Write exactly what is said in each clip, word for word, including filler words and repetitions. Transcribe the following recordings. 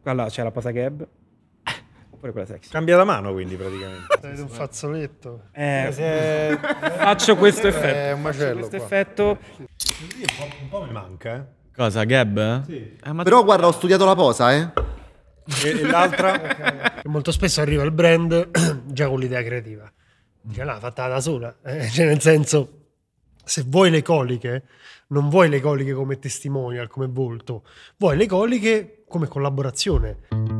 Allora c'è la posa Gab. Oppure quella sexy. Cambia la mano quindi praticamente. Avete un fazzoletto. Eh, è... faccio questo effetto. È un macello questo qua. effetto. Un po', un po' mi manca, eh. Cosa, Gab? Sì. Eh, ma Però guarda, ho studiato la posa, eh. E, e l'altra? Molto spesso arriva il brand già con l'idea creativa. Dice, l'ha fatta da sola. Eh, cioè, nel senso, se vuoi le coliche, non vuoi le coliche come testimonial, come volto, vuoi le coliche come collaborazione.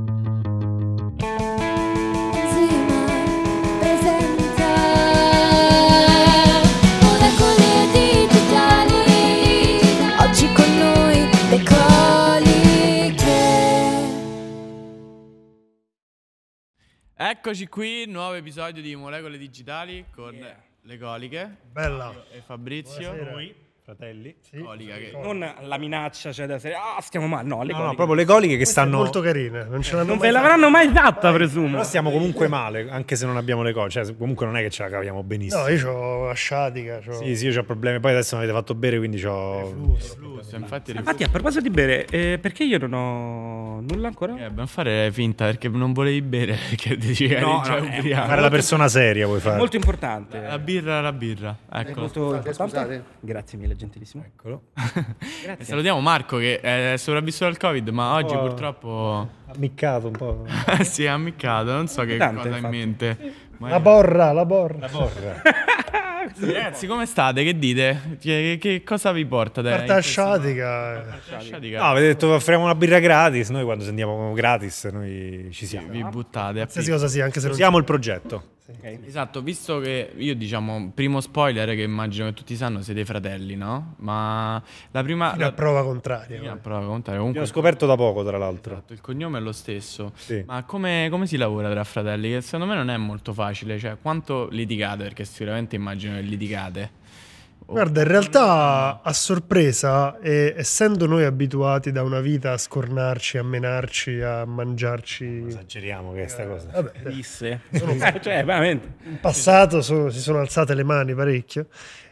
Eccoci qui, nuovo episodio di Molecole Digitali con yeah. le coliche. Bella. E Fabrizio. Noi, fratelli. Sì. Colica che... Non la minaccia, cioè da serie, ah, stiamo male. No, le No, coliche. no, proprio le coliche che Queste stanno... molto carine. Non ce l'hanno Non mai ve fatta. l'avranno mai fatta, presumo. Però stiamo comunque male, anche se non abbiamo le cose. Cioè, comunque non è che ce la caviamo benissimo. No, io ho la sciatica. C'ho... Sì, sì, io ho problemi. Poi adesso mi avete fatto bere, quindi ho... Flusso, infatti, Infatti, a proposito di bere, eh, perché io non ho nulla ancora? eh, non fare finta perché non volevi bere, perché dici che eri No, già no, eh, ubriaco. Fare la persona seria vuoi fare. Molto importante. La birra, la birra. Ecco. Molto importante. Scusate. Grazie mille, gentilissimo. Eccolo. E salutiamo Marco che è sopravvissuto al Covid, ma oggi Oh. purtroppo Ammiccato un po'. si è ammiccato. Non so che Tante, cosa ha in infatti. mente. Ma La borra, la borra. La borra. ragazzi, come state? Che dite? Che, che cosa vi porta? da- Parta in questa- sciatica. Sciatica? No, avete detto offriamo una birra gratis. Noi quando sentiamo gratis, noi ci siamo. Vi buttate a Qualsiasi cosa sia, anche se non Siamo il progetto. Esatto, visto che io diciamo, primo spoiler che immagino che tutti sanno, siete fratelli, no? Ma la prima... fino a la- prova contraria. fino a guarda. prova contraria, L'ho comunque scoperto da poco, tra l'altro. esatto, il cognome è lo stesso. Sì. Ma come, come si lavora tra fratelli? Che secondo me non è molto facile, cioè quanto litigate? Perché sicuramente immagino che litigate. O- Guarda, in realtà a sorpresa, e, essendo noi abituati da una vita a scornarci, a menarci, a mangiarci, Esageriamo che è sta cosa. vabbè, Disse. cioè, veramente. in passato so- si sono alzate le mani parecchio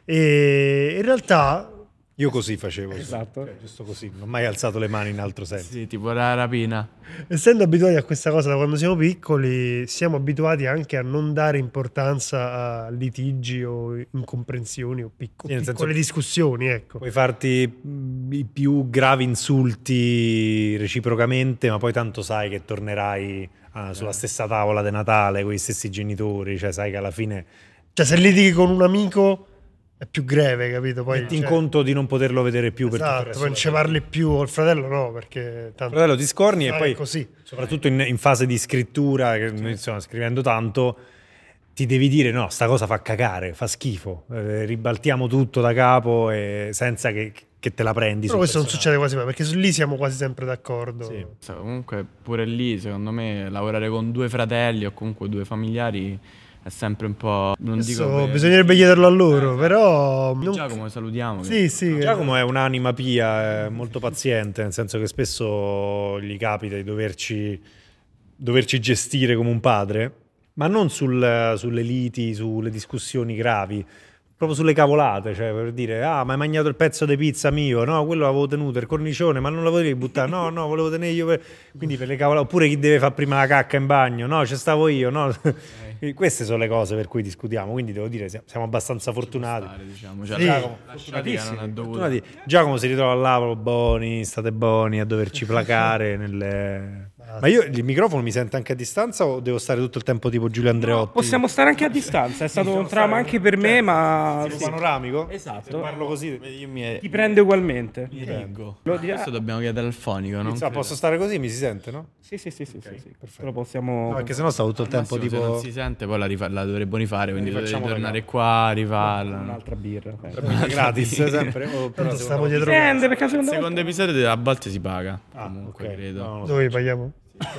e in realtà Io così facevo. Esatto. Cioè, giusto così. Non ho mai alzato le mani in altro senso. Sì, tipo la rapina. essendo abituati a questa cosa da quando siamo piccoli, siamo abituati anche a non dare importanza a litigi o incomprensioni o picco- Sì, nel senso piccole che- discussioni, ecco. Puoi farti mh, i più gravi insulti reciprocamente, ma poi tanto sai che tornerai ah, sulla stessa tavola di Natale con gli stessi genitori, cioè sai che alla fine Cioè se litighi con un amico è più greve, capito? Poi metti in cioè, conto di non poterlo vedere più per tutto il esatto, resto poi non ci della vita. parli più, o il fratello no, perché tanto Fratello ti scorni e sai, poi è così. soprattutto in, in fase di scrittura, che noi stiamo scrivendo tanto, ti devi dire no, sta cosa fa cagare, fa schifo, eh, ribaltiamo tutto da capo e senza che, che te la prendi. Però sul questo non personaggio. succede quasi mai, perché su- lì siamo quasi sempre d'accordo. Sì. So, Comunque pure lì, secondo me, lavorare con due fratelli o comunque due familiari è sempre un po'... Non Adesso dico per- bisognerebbe chiederlo a loro, però non- Giacomo, salutiamo. che- Sì, sì. Giacomo è un'anima pia, è molto paziente, nel senso che spesso gli capita di doverci, doverci gestire come un padre, ma non sul- sulle liti, sulle discussioni gravi, proprio sulle cavolate, cioè per dire, ah, ma hai mangiato il pezzo di pizza mio? No, quello l'avevo tenuto, il cornicione, ma non lo volevi buttare? No, no, volevo tenere io. Per... Quindi per le cavolate, oppure chi deve fare prima la cacca in bagno? No, ci stavo io, no? Quindi queste sono le cose per cui discutiamo, quindi devo dire, siamo- siamo abbastanza fortunati. Stare, diciamo. Cioè, Sì. la- la sciatica non è dovuta. Fortunati. Giacomo si ritrova là, proprio buoni, state buoni, a doverci placare nelle... Ma io il microfono mi sente anche a distanza o devo stare tutto il tempo tipo Giulio Andreotti? Possiamo stare anche a distanza, è stato un trauma anche per me, ma Tipo panoramico? Esatto. Se parlo così. Io mi, ti prende ugualmente. mi reggo. Lo dirà- Adesso dobbiamo chiedere al fonico, non Insomma, credo. posso stare così? Mi si sente, no? Sì, sì, sì, sì, sì, sì. Però possiamo... No, perché sennò sta tutto il Al tempo massimo, se non tipo... si sente poi la, rifa- la dovremmo rifare, quindi dovete Rifacciamo tornare da qua, rifarla. Un'altra birra. ok. gratis sempre. O però Tanto secondo stiamo me- dietro Dipende, perché Il secondo secondo episodio a volte si paga. Ah, comunque ok. credo. No, non lo so. Dove paghiamo?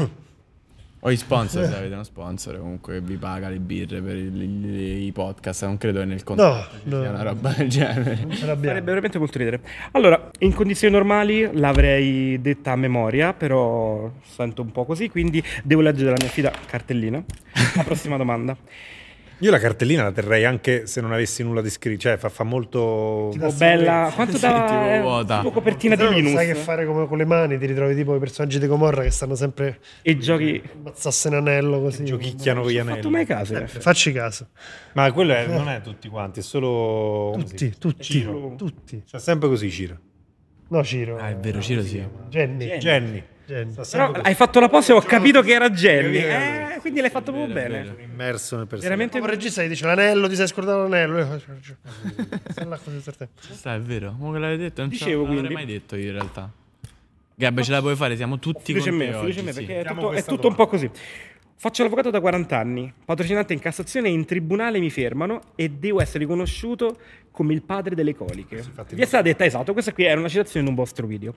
O i sponsor, se avete uno sponsor comunque che vi paga le birre per i, i- i podcast, non credo che nel contratto ci no. sia una roba del genere. Non ce l'abbiamo. Farebbe veramente molto ridere. Allora, in condizioni normali l'avrei detta a memoria, però sento un po' così, quindi devo leggere la mia fida cartellina. La prossima domanda. Io la cartellina la terrei anche se non avessi nulla di scritto, cioè fa, fa molto... Oh, bella, quanto Sì, da tipo eh, vuota. tipo copertina di Se no non Linus sai che fare come con le mani, ti ritrovi tipo i personaggi di Gomorra che stanno sempre e giochi. ammazzasse un anello così. Giochicchiano con gli Non ho fatto mai anelli. caso. eh. Facci caso. Ma quello è- non è tutti quanti, è solo... come si Tutti, dice? tutti, Ciro. tutti. Sta sempre così Ciro. No, Ciro. Ah, è vero, Ciro sì. Jenny. Jenny. Jenny. Sta Però sempre così. hai fatto la pose e ho capito che era Jenny. Capito che era Eh, quindi l'hai fatto proprio vero, è bene. vero. Sono immerso nel personaggio. Veramente. Il regista gli dice l'anello, ti sei scordato l'anello. Io faccio, sta là così per te. Ci sta, è vero. Ma che l'hai detto? Non, ce Dicevo, non l'avrei quindi. mai detto io in realtà. Gabbe, ce la puoi fare? Siamo tutti Fiducia con in te me, fiducia in oggi, me, sì. perché è Diamo tutto, è questa tutto un po' domanda. così. Faccio l'avvocato da quaranta anni, patrocinante in Cassazione e in tribunale mi fermano e devo essere riconosciuto come il padre delle coliche. infatti Vi è stata detta, esatto, questa qui era una citazione in un vostro video.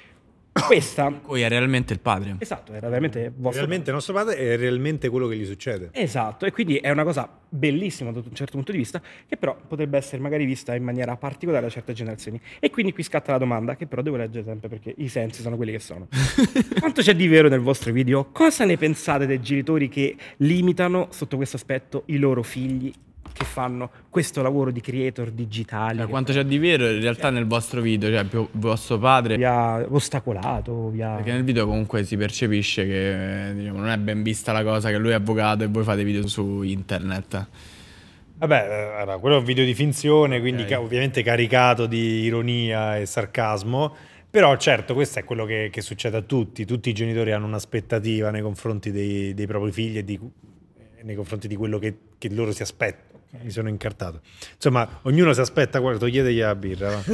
Questa, Poi è realmente il padre. esatto, era veramente vostro Realmente nostro padre è realmente quello che gli succede. Esatto, e quindi è una cosa bellissima da un certo punto di vista, che però potrebbe essere magari vista in maniera particolare da certe generazioni. E quindi qui scatta la domanda, che però devo leggere sempre perché i sensi sono quelli che sono. Quanto c'è di vero nel vostro video? Cosa ne pensate dei genitori che limitano sotto questo aspetto i loro figli che fanno questo lavoro di creator digitali? Cioè, che quanto c'è di vero in realtà nel vostro video, cioè più vostro padre. vi ha ostacolato, vi ha... Perché nel video comunque si percepisce che eh, diciamo, non è ben vista la cosa che lui è avvocato e voi fate video su internet. Vabbè, eh, allora, quello è un video di finzione, quindi Ok. ca- ovviamente caricato di ironia e sarcasmo. Però certo, questo è quello che, che succede a tutti. Tutti i genitori hanno un'aspettativa nei confronti dei, dei propri figli e di- nei confronti di quello che, che loro si aspettano. Mi sono incartato. Insomma, ognuno si aspetta, guarda, toglietegli la birra. Va.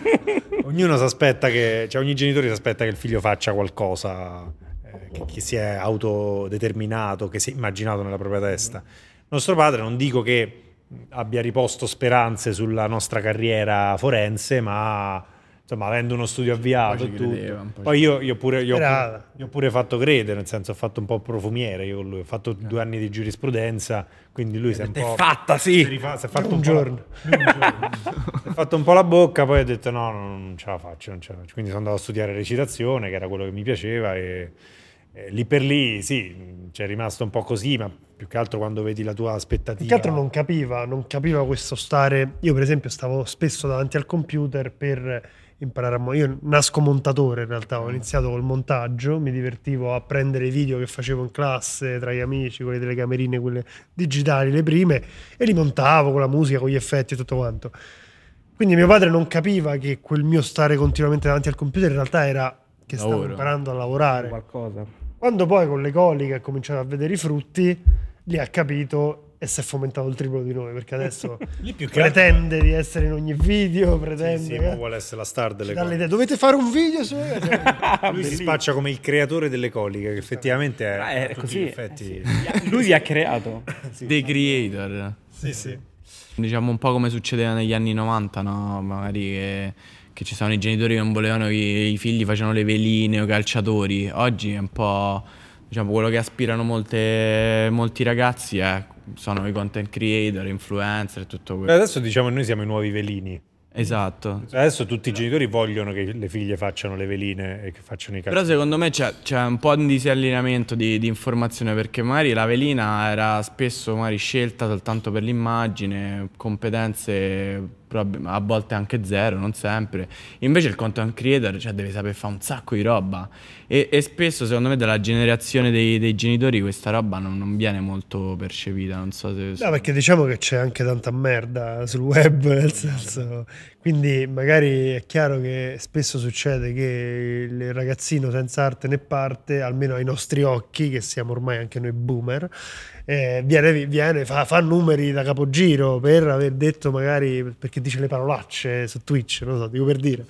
Ognuno si aspetta che, cioè ogni genitore si aspetta che il figlio faccia qualcosa eh, che, che si è autodeterminato, che si è immaginato nella propria testa. Nostro padre, non dico che abbia riposto speranze sulla nostra carriera forense, ma insomma, avendo uno studio avviato Un e po' ci tutto. credeva, un po' ci Poi io, io pure io ho, Sperava. pure, io ho pure fatto credere, nel senso ho fatto un po' profumiere io con lui, ho fatto due anni di giurisprudenza, quindi lui si è un È po' fatta, si sì! rifà- si è fatto Un un, po' giorno. la- un giorno. Si è fatto un po' la bocca, poi ho detto no, no, non ce la faccio, non ce la faccio. Quindi sono andato a studiare recitazione, che era quello che mi piaceva e, e lì per lì sì, c'è rimasto un po' così, ma più che altro quando vedi la tua aspettativa. Più che altro non capiva, non capiva questo stare. Io, per esempio, stavo spesso davanti al computer per imparare a mo- Io nasco montatore in realtà, ho iniziato col montaggio, mi divertivo a prendere i video che facevo in classe tra gli amici, con le telecamerine, quelle digitali, le prime, e li montavo con la musica, con gli effetti e tutto quanto. Quindi mio padre non capiva che quel mio stare continuamente davanti al computer in realtà era che stavo Lavoro. imparando a lavorare. Qualcosa. Quando poi con le coliche ha cominciato a vedere i frutti, lì ha capito e si è fomentato il triplo di noi, perché adesso Lì più che altro- pretende di essere in ogni video, Sì, pretende sì, eh, mo vuole essere la star delle ci dà cose. l'idea, dovete fare un video su Lui si spaccia come il creatore delle coliche, che effettivamente è, Ah, a è tutti così. gli effetti. eh sì. Lui vi ha creato. Dei creator. Sì, sì. Diciamo un po' come succedeva negli anni novanta, no? Magari che, che ci stavano i genitori che non volevano che i figli facciano le veline o calciatori. Oggi è un po', diciamo, quello che aspirano molte, molti ragazzi è, sono i content creator, influencer e tutto Beh, quello. adesso diciamo che noi siamo i nuovi velini. Esatto. Adesso tutti i genitori vogliono che le figlie facciano le veline e che facciano i Però cazzi. secondo me c'è, c'è un po' di disallineamento di, di informazione, perché magari la velina era spesso magari scelta soltanto per l'immagine, competenze prob- a volte anche zero, non sempre. Invece il content creator, cioè, deve saper fare un sacco di roba e, e spesso secondo me dalla generazione dei, dei genitori questa roba non, non viene molto percepita, non so se... No, perché diciamo che c'è anche tanta merda sul web, nel senso, quindi magari è chiaro che spesso succede che il ragazzino senza arte né parte, almeno ai nostri occhi, che siamo ormai anche noi boomer, eh, viene, viene fa, fa numeri da capogiro per aver detto magari, perché dice le parolacce su Twitch, non so, dico per dire.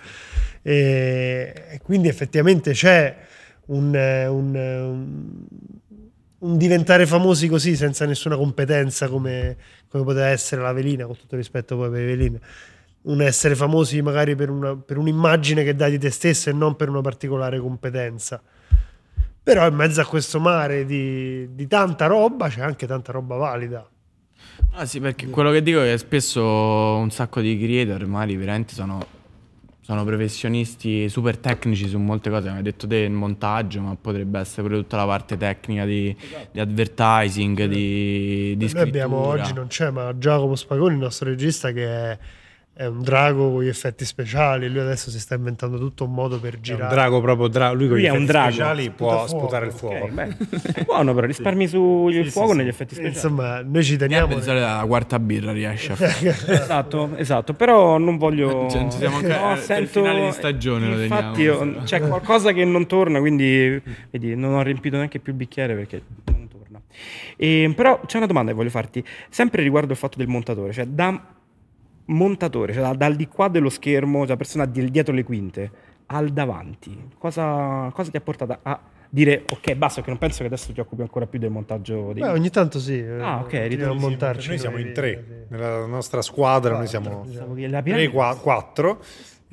E, e quindi effettivamente c'è un... un, un un diventare famosi così senza nessuna competenza come, come poteva essere la velina, con tutto rispetto poi per le veline, un essere famosi magari per, una, per un'immagine che dai di te stesso e non per una particolare competenza. Però in mezzo a questo mare di, di tanta roba c'è anche tanta roba valida. Ah sì, perché quello che dico è che spesso un sacco di creator magari veramente sono sono professionisti super tecnici su molte cose, come hai detto te, il montaggio, ma potrebbe essere pure tutta la parte tecnica di, di advertising, di, di Noi scrittura. abbiamo, oggi non c'è, ma Giacomo Spagoni, il nostro regista, che è, è un drago con gli effetti speciali. Lui adesso si sta inventando tutto un modo per È un girare. drago proprio, dra- lui con Lui gli è un effetti drago. speciali Sputa può fuoco. sputare il fuoco. Ok, beh, è buono però, risparmi sul Sì, fuoco sì, negli sì. effetti speciali. Insomma, noi ci Gabbe teniamo. di solito alla quarta birra riesce a fare. Esatto, esatto, però non voglio... Cioè, non ci siamo ancora- no, per sento... finale di stagione lo Infatti teniamo. io- c'è qualcosa che non torna, quindi vedi, non ho riempito neanche più il bicchiere perché non torna. E, però c'è una domanda che voglio farti, sempre riguardo il fatto del montatore, cioè da montatore, cioè da- dal di qua dello schermo, cioè persona di- dietro le quinte, al davanti, cosa, cosa ti ha portato a dire ok, basta, perché non penso che adesso ti occupi ancora più del montaggio dei... Beh, ogni tanto sì. Ah, ok, continuiamo ritorni- a montarci. Noi siamo in noi, tre, sì. nella nostra squadra noi siamo Pensavo che la tre, piramide- qua- quattro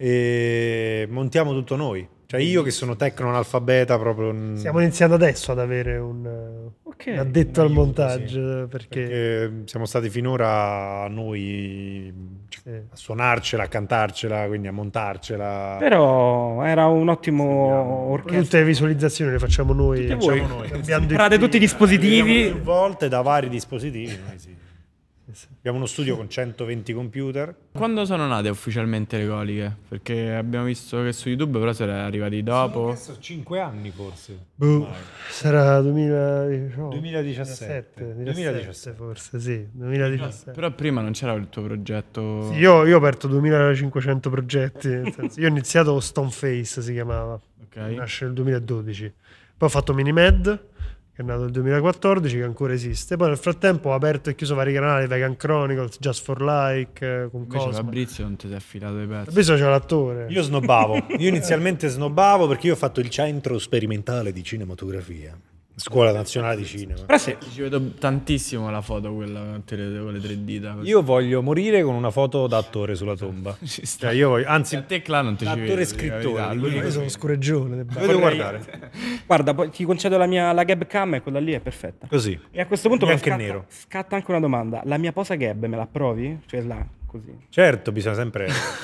e montiamo tutto noi. Cioè io che sono tecno-analfabeta proprio... un- Stiamo iniziando adesso ad avere un, Ok. un addetto Un al aiuto, montaggio, perché, perché siamo stati finora noi cioè, sì. a suonarcela, a cantarcela, quindi a montarcela. Però era un ottimo orchestra. tutte le visualizzazioni le facciamo noi. Tutte voi. Facciamo noi. Cambiando i Comprate tutti i film. dispositivi. Più volte da vari dispositivi. Noi sì. Abbiamo uno studio con centoventi computer. Quando sono nate ufficialmente le coliche? Perché abbiamo visto che su YouTube però siete arrivati dopo. cinque anni forse. Boh, sarà duemiladiciotto, duemiladiciassette. duemiladiciassette forse, sì, duemiladiciassette. Però prima non c'era il tuo progetto. Sì, io, io ho aperto duemilacinquecento progetti, nel senso, io ho iniziato Stoneface, si chiamava, Ok. nasce nel duemiladodici, poi ho fatto Minimed, che è nato nel duemilaquattordici, che ancora esiste, poi nel frattempo ho aperto e chiuso vari canali, Vegan Chronicles, Just for Like, eh, con Invece Cosmo. Fabrizio non ti sei affidato ai pezzi. Fabrizio c'era l'attore. Io snobbavo. Io inizialmente snobbavo perché io ho fatto il centro sperimentale di cinematografia. Scuola nazionale di cinema. Però sì, Ci vedo tantissimo la foto quella con te- con le tre dita. così. Io voglio morire con una foto da attore sulla tomba. Ci sta. Cioè io voglio, anzi, A te là non ti ci vedo. attore dico la scrittore, verità. di L'unico- Io sono scureggione. del bar. devo vorrei- guardare. guarda, poi ti concedo la mia la gab cam e quella lì è perfetta. Così. E a questo punto Bianco e scatta, nero. scatta anche una domanda. La mia posa gab me la approvi? Cioè là, così. Certo, bisogna sempre...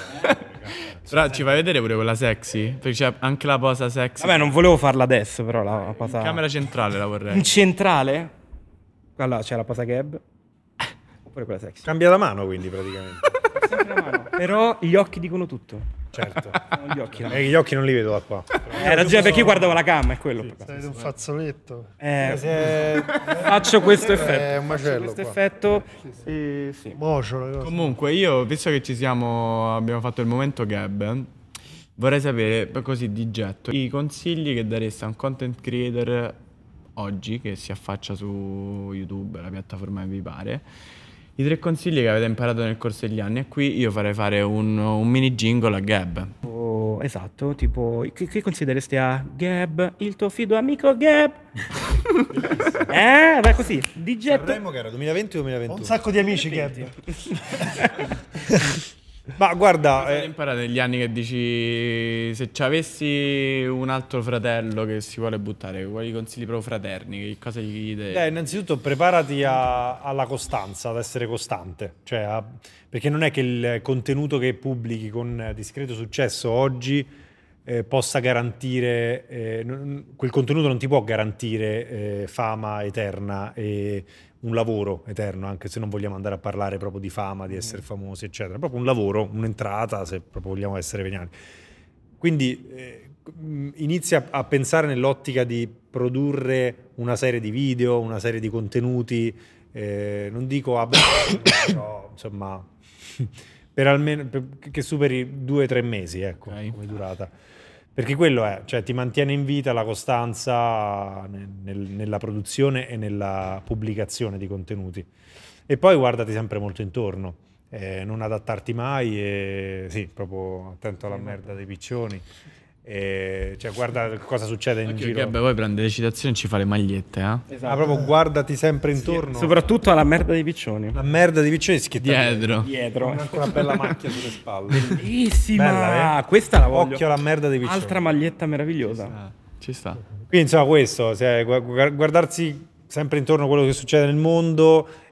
Però ci fai vedere pure quella sexy? Perché c'è anche la posa sexy. Vabbè, non volevo farla adesso, però la posa... In camera centrale la vorrei. In centrale? Allora, c'è la posa gab. Oppure quella sexy. Cambia la mano quindi praticamente. Sempre la mano. Però gli occhi dicono tutto. Certo. Sono gli occhi. no? E gli occhi non li vedo da qua. Eh, ragione perché io guardavo la cam, è quello. Sei un fazzoletto. Eh, Se- faccio questo effetto. È un macello questo qua. effetto. eh, sì. Mocio, la cosa. Comunque io, visto che ci siamo, abbiamo fatto il momento Gab, vorrei sapere, per così di getto, i consigli che dareste a un content creator oggi che si affaccia su YouTube, la piattaforma che vi pare. I tre consigli che avete imparato nel corso degli anni. E qui io farei fare un, un mini jingle a Gab. Oh, esatto, tipo, che, che consideresti a Gab, il tuo fido amico Gab? eh, vai così, di getto. Sanremo che era duemilaventi o Ho un duemilaventuno? sacco di amici che Ma guarda, Cosa hai eh, imparato negli anni che dici se ci avessi un altro fratello che si vuole buttare, quali consigli proprio fraterni? Che cosa gli dai? beh, innanzitutto preparati a- alla costanza, ad essere costante, cioè a- perché non è che il contenuto che pubblichi con discreto successo oggi eh, possa garantire, eh, non- quel contenuto non ti può garantire eh, fama eterna e un lavoro eterno, anche se non vogliamo andare a parlare proprio di fama, di essere famosi, eccetera, proprio un lavoro, un'entrata, se proprio vogliamo essere veniali. Quindi eh, mh, inizia a pensare nell'ottica di produrre una serie di video, una serie di contenuti, eh, non dico a breve, però insomma per almeno per- che superi due o tre mesi, ecco, Ok. come durata. Perché quello è, cioè ti mantiene in vita la costanza nel- nel- nella produzione e nella pubblicazione di contenuti. E poi guardati sempre molto intorno, eh, non adattarti mai e sì, proprio attento alla merda dei piccioni. E, cioè guarda cosa succede in Occhio, giro. Gab poi prende le citazioni e ci fa le magliette, eh? Ah, proprio guardati sempre intorno. Soprattutto alla merda dei piccioni. La merda di piccioni schietta Dietro. Dietro. anche una bella macchia sulle spalle. Bellissima! Bella, eh? Questa la voglio. Occhio alla merda dei piccioni. Altra maglietta meravigliosa. Ah, ci sta. Quindi insomma questo, cioè, gu- gu- guardarsi sempre intorno a quello che succede nel mondo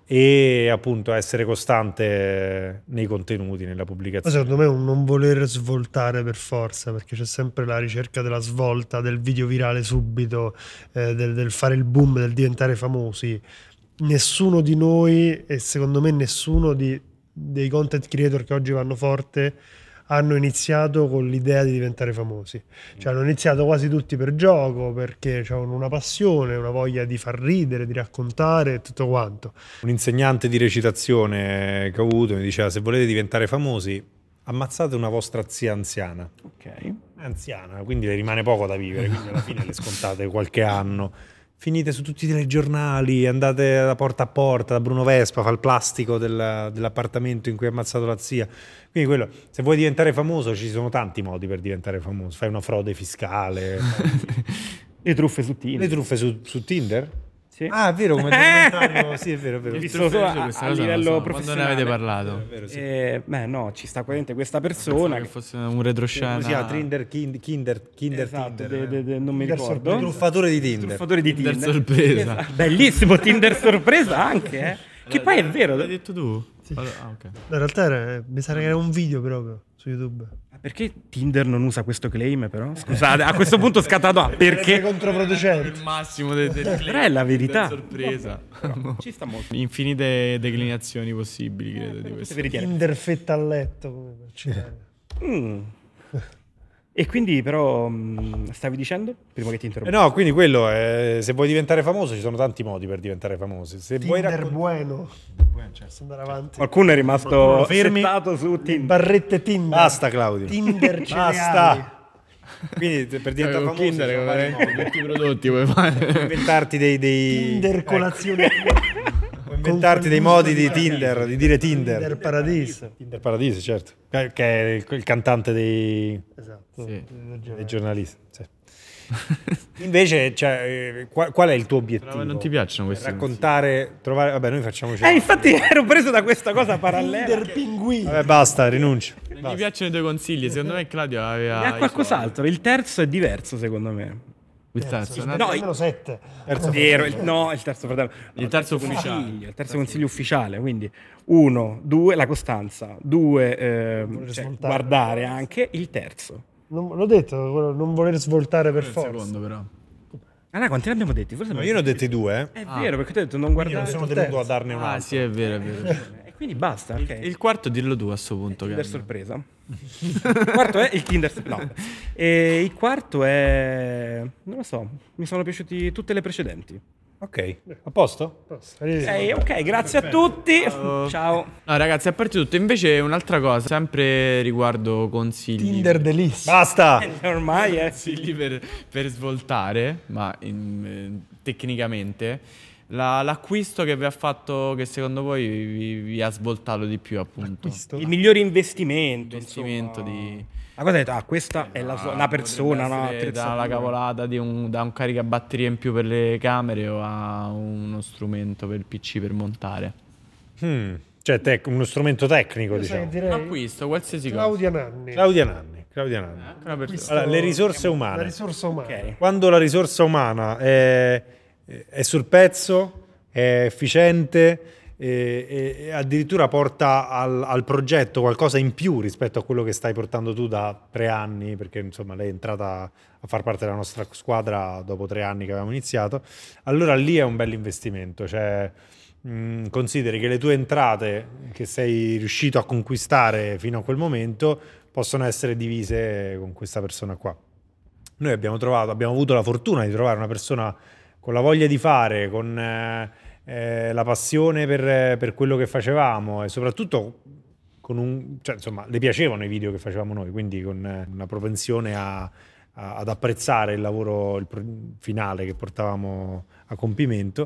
e appunto essere costante nei contenuti, nella Ma pubblicazione. secondo me è un non voler svoltare per forza, perché c'è sempre la ricerca della svolta, del video virale subito, eh, del, del fare il boom, del diventare famosi. Nessuno di noi, e secondo me nessuno di, dei content creator che oggi vanno forte, hanno iniziato con l'idea di diventare famosi. Cioè hanno iniziato quasi tutti per gioco, perché avevano una passione, una voglia di far ridere, di raccontare e tutto quanto. Un insegnante di recitazione che ho avuto mi diceva: se volete diventare famosi, ammazzate una vostra zia anziana. Ok. È anziana, quindi le rimane poco da vivere, quindi alla fine le scontate qualche anno. Finite su tutti i telegiornali, andate da porta a porta, da Bruno Vespa, fa il plastico del- dell'appartamento in cui ha ammazzato la zia. Quindi quello, se vuoi diventare famoso, ci sono tanti modi per diventare famoso. Fai una frode fiscale. Le truffe su Tinder. Le truffe su, su Tinder? Sì. Ah, è vero, come documentario. Sì, è vero, è vero. Ho Che visto truffe solo su a, questa a cosa non lo livello so. Quando ne professionale. avete parlato? È vero, sì. Eh, beh, no, ci sta coerente questa Pensavo persona che che fosse un retroscena. Come si chiama? Tinder, Kinder, Kinder, Kinder esatto, Tinder. de- de- de- non mi Tinder ricordo. sorpresa. Truffatore di Tinder. Truffatore di Tinder Tinder. sorpresa. Esatto. Bellissimo Tinder sorpresa anche, eh. Che poi è vero. L'hai detto tu? Allora- ah, ok. In realtà era, mi sa che era un video proprio su YouTube. Perché Tinder non usa questo claim però? Scusate, a questo punto ho scattato a perché? È controproducente. Il massimo del, del Però è la verità. sorpresa. Ci sta molto. Infinite declinazioni possibili, credo, di questo. Tinder fetta a letto, come per citare. Mm. E quindi però mh, stavi dicendo? Prima che ti Eh interrompo. no, quindi quello è, se vuoi diventare famoso ci sono tanti modi per diventare famosi. Se vuoi Tinder raccon- bueno. Posso andare avanti. Qualcuno è rimasto Qualcuno fermi? settato su Le Tinder. barrette Tinder. Basta, Claudio. Tinder cereali. Basta. Quindi te- per diventare Con famoso Kinder, ci sono vari modi. tutti i prodotti puoi fare. Puoi inventarti dei, dei Tinder colazione. puoi inventarti dei modi di Tinder, di dire Tinder. Tinder Paradiso. Tinder Paradiso, certo. Che che è il, il cantante dei, Esatto. Sì. dei giornalisti. sì. Invece, cioè, eh, qual, qual è il tuo obiettivo? Però non ti piacciono questi Raccontare, trovare. Vabbè, noi facciamo Eh, infatti ero preso da questa cosa parallela. Tinder pinguino. Vabbè, basta, rinuncio. Non gli piacciono i tuoi consigli. Secondo me Claudio aveva. Ne ha qualcos'altro. Il terzo è diverso secondo me. Il terzo, No, No, almeno sette. Terzo Vero, il- no, il terzo fratello. Il terzo ufficiale. consiglio, il terzo consiglio ufficiale, quindi uno, due, la costanza, due, ehm, cioè, smontare. guardare anche il terzo. Non, l'ho detto, quello, non voler svoltare per il forza. secondo, però. Ah, quanti ne abbiamo detti? Forse No, non- io ne ho detti due. eh. È vero, perché ti ho detto non Io guardare. non sono il tenuto a terzo. darne un Ah, altro. sì, è vero, è vero. E quindi basta, ok. Il quarto dillo tu a sto punto. Tinder Che sorpresa. Il quarto è il Tinder. No. E il quarto è. Non lo so, mi sono piaciuti tutte le precedenti. Ok, a posto? Ok, ok, grazie a tutti. Ciao. No, ragazzi, a parte tutto, invece un'altra cosa, sempre riguardo consigli. Tinder delissimo. Basta! Ormai è. Consigli per, per svoltare, ma in- eh, tecnicamente, la- l'acquisto che vi ha fatto, che secondo voi vi, vi ha svoltato di più, appunto. Il migliore investimento. Investimento insomma. di... La cosa è, ah, questa è la sua, una persona, no? Potrebbe essere dalla attrezzatura. cavolata di un, da un caricabatterie in più per le camere o a uno strumento per il P C per montare. Hmm, Cioè, tec- uno strumento tecnico, Io sai che diciamo. direi Acquisto, qualsiasi Claudia Nanni. Claudia Nanni. Claudia Nanni. cosa. Una persona- Questo- Allora, le risorse La umane. risorsa umana. Ok. Quando la risorsa umana è, è sul pezzo, è efficiente e, e- e addirittura porta al, al progetto qualcosa in più rispetto a quello che stai portando tu da tre anni, perché insomma lei è entrata a far parte della nostra squadra dopo tre anni che avevamo iniziato, allora lì è un bel investimento. Cioè, mh, consideri che le tue entrate che sei riuscito a conquistare fino a quel momento possono essere divise con questa persona qua. Noi abbiamo trovato, abbiamo avuto la fortuna di trovare una persona con la voglia di fare, con eh, eh, la passione per, per quello che facevamo e soprattutto con un, cioè, insomma, le piacevano i video che facevamo noi, quindi con eh, una propensione a, a- ad apprezzare il lavoro il pro- finale che portavamo a compimento.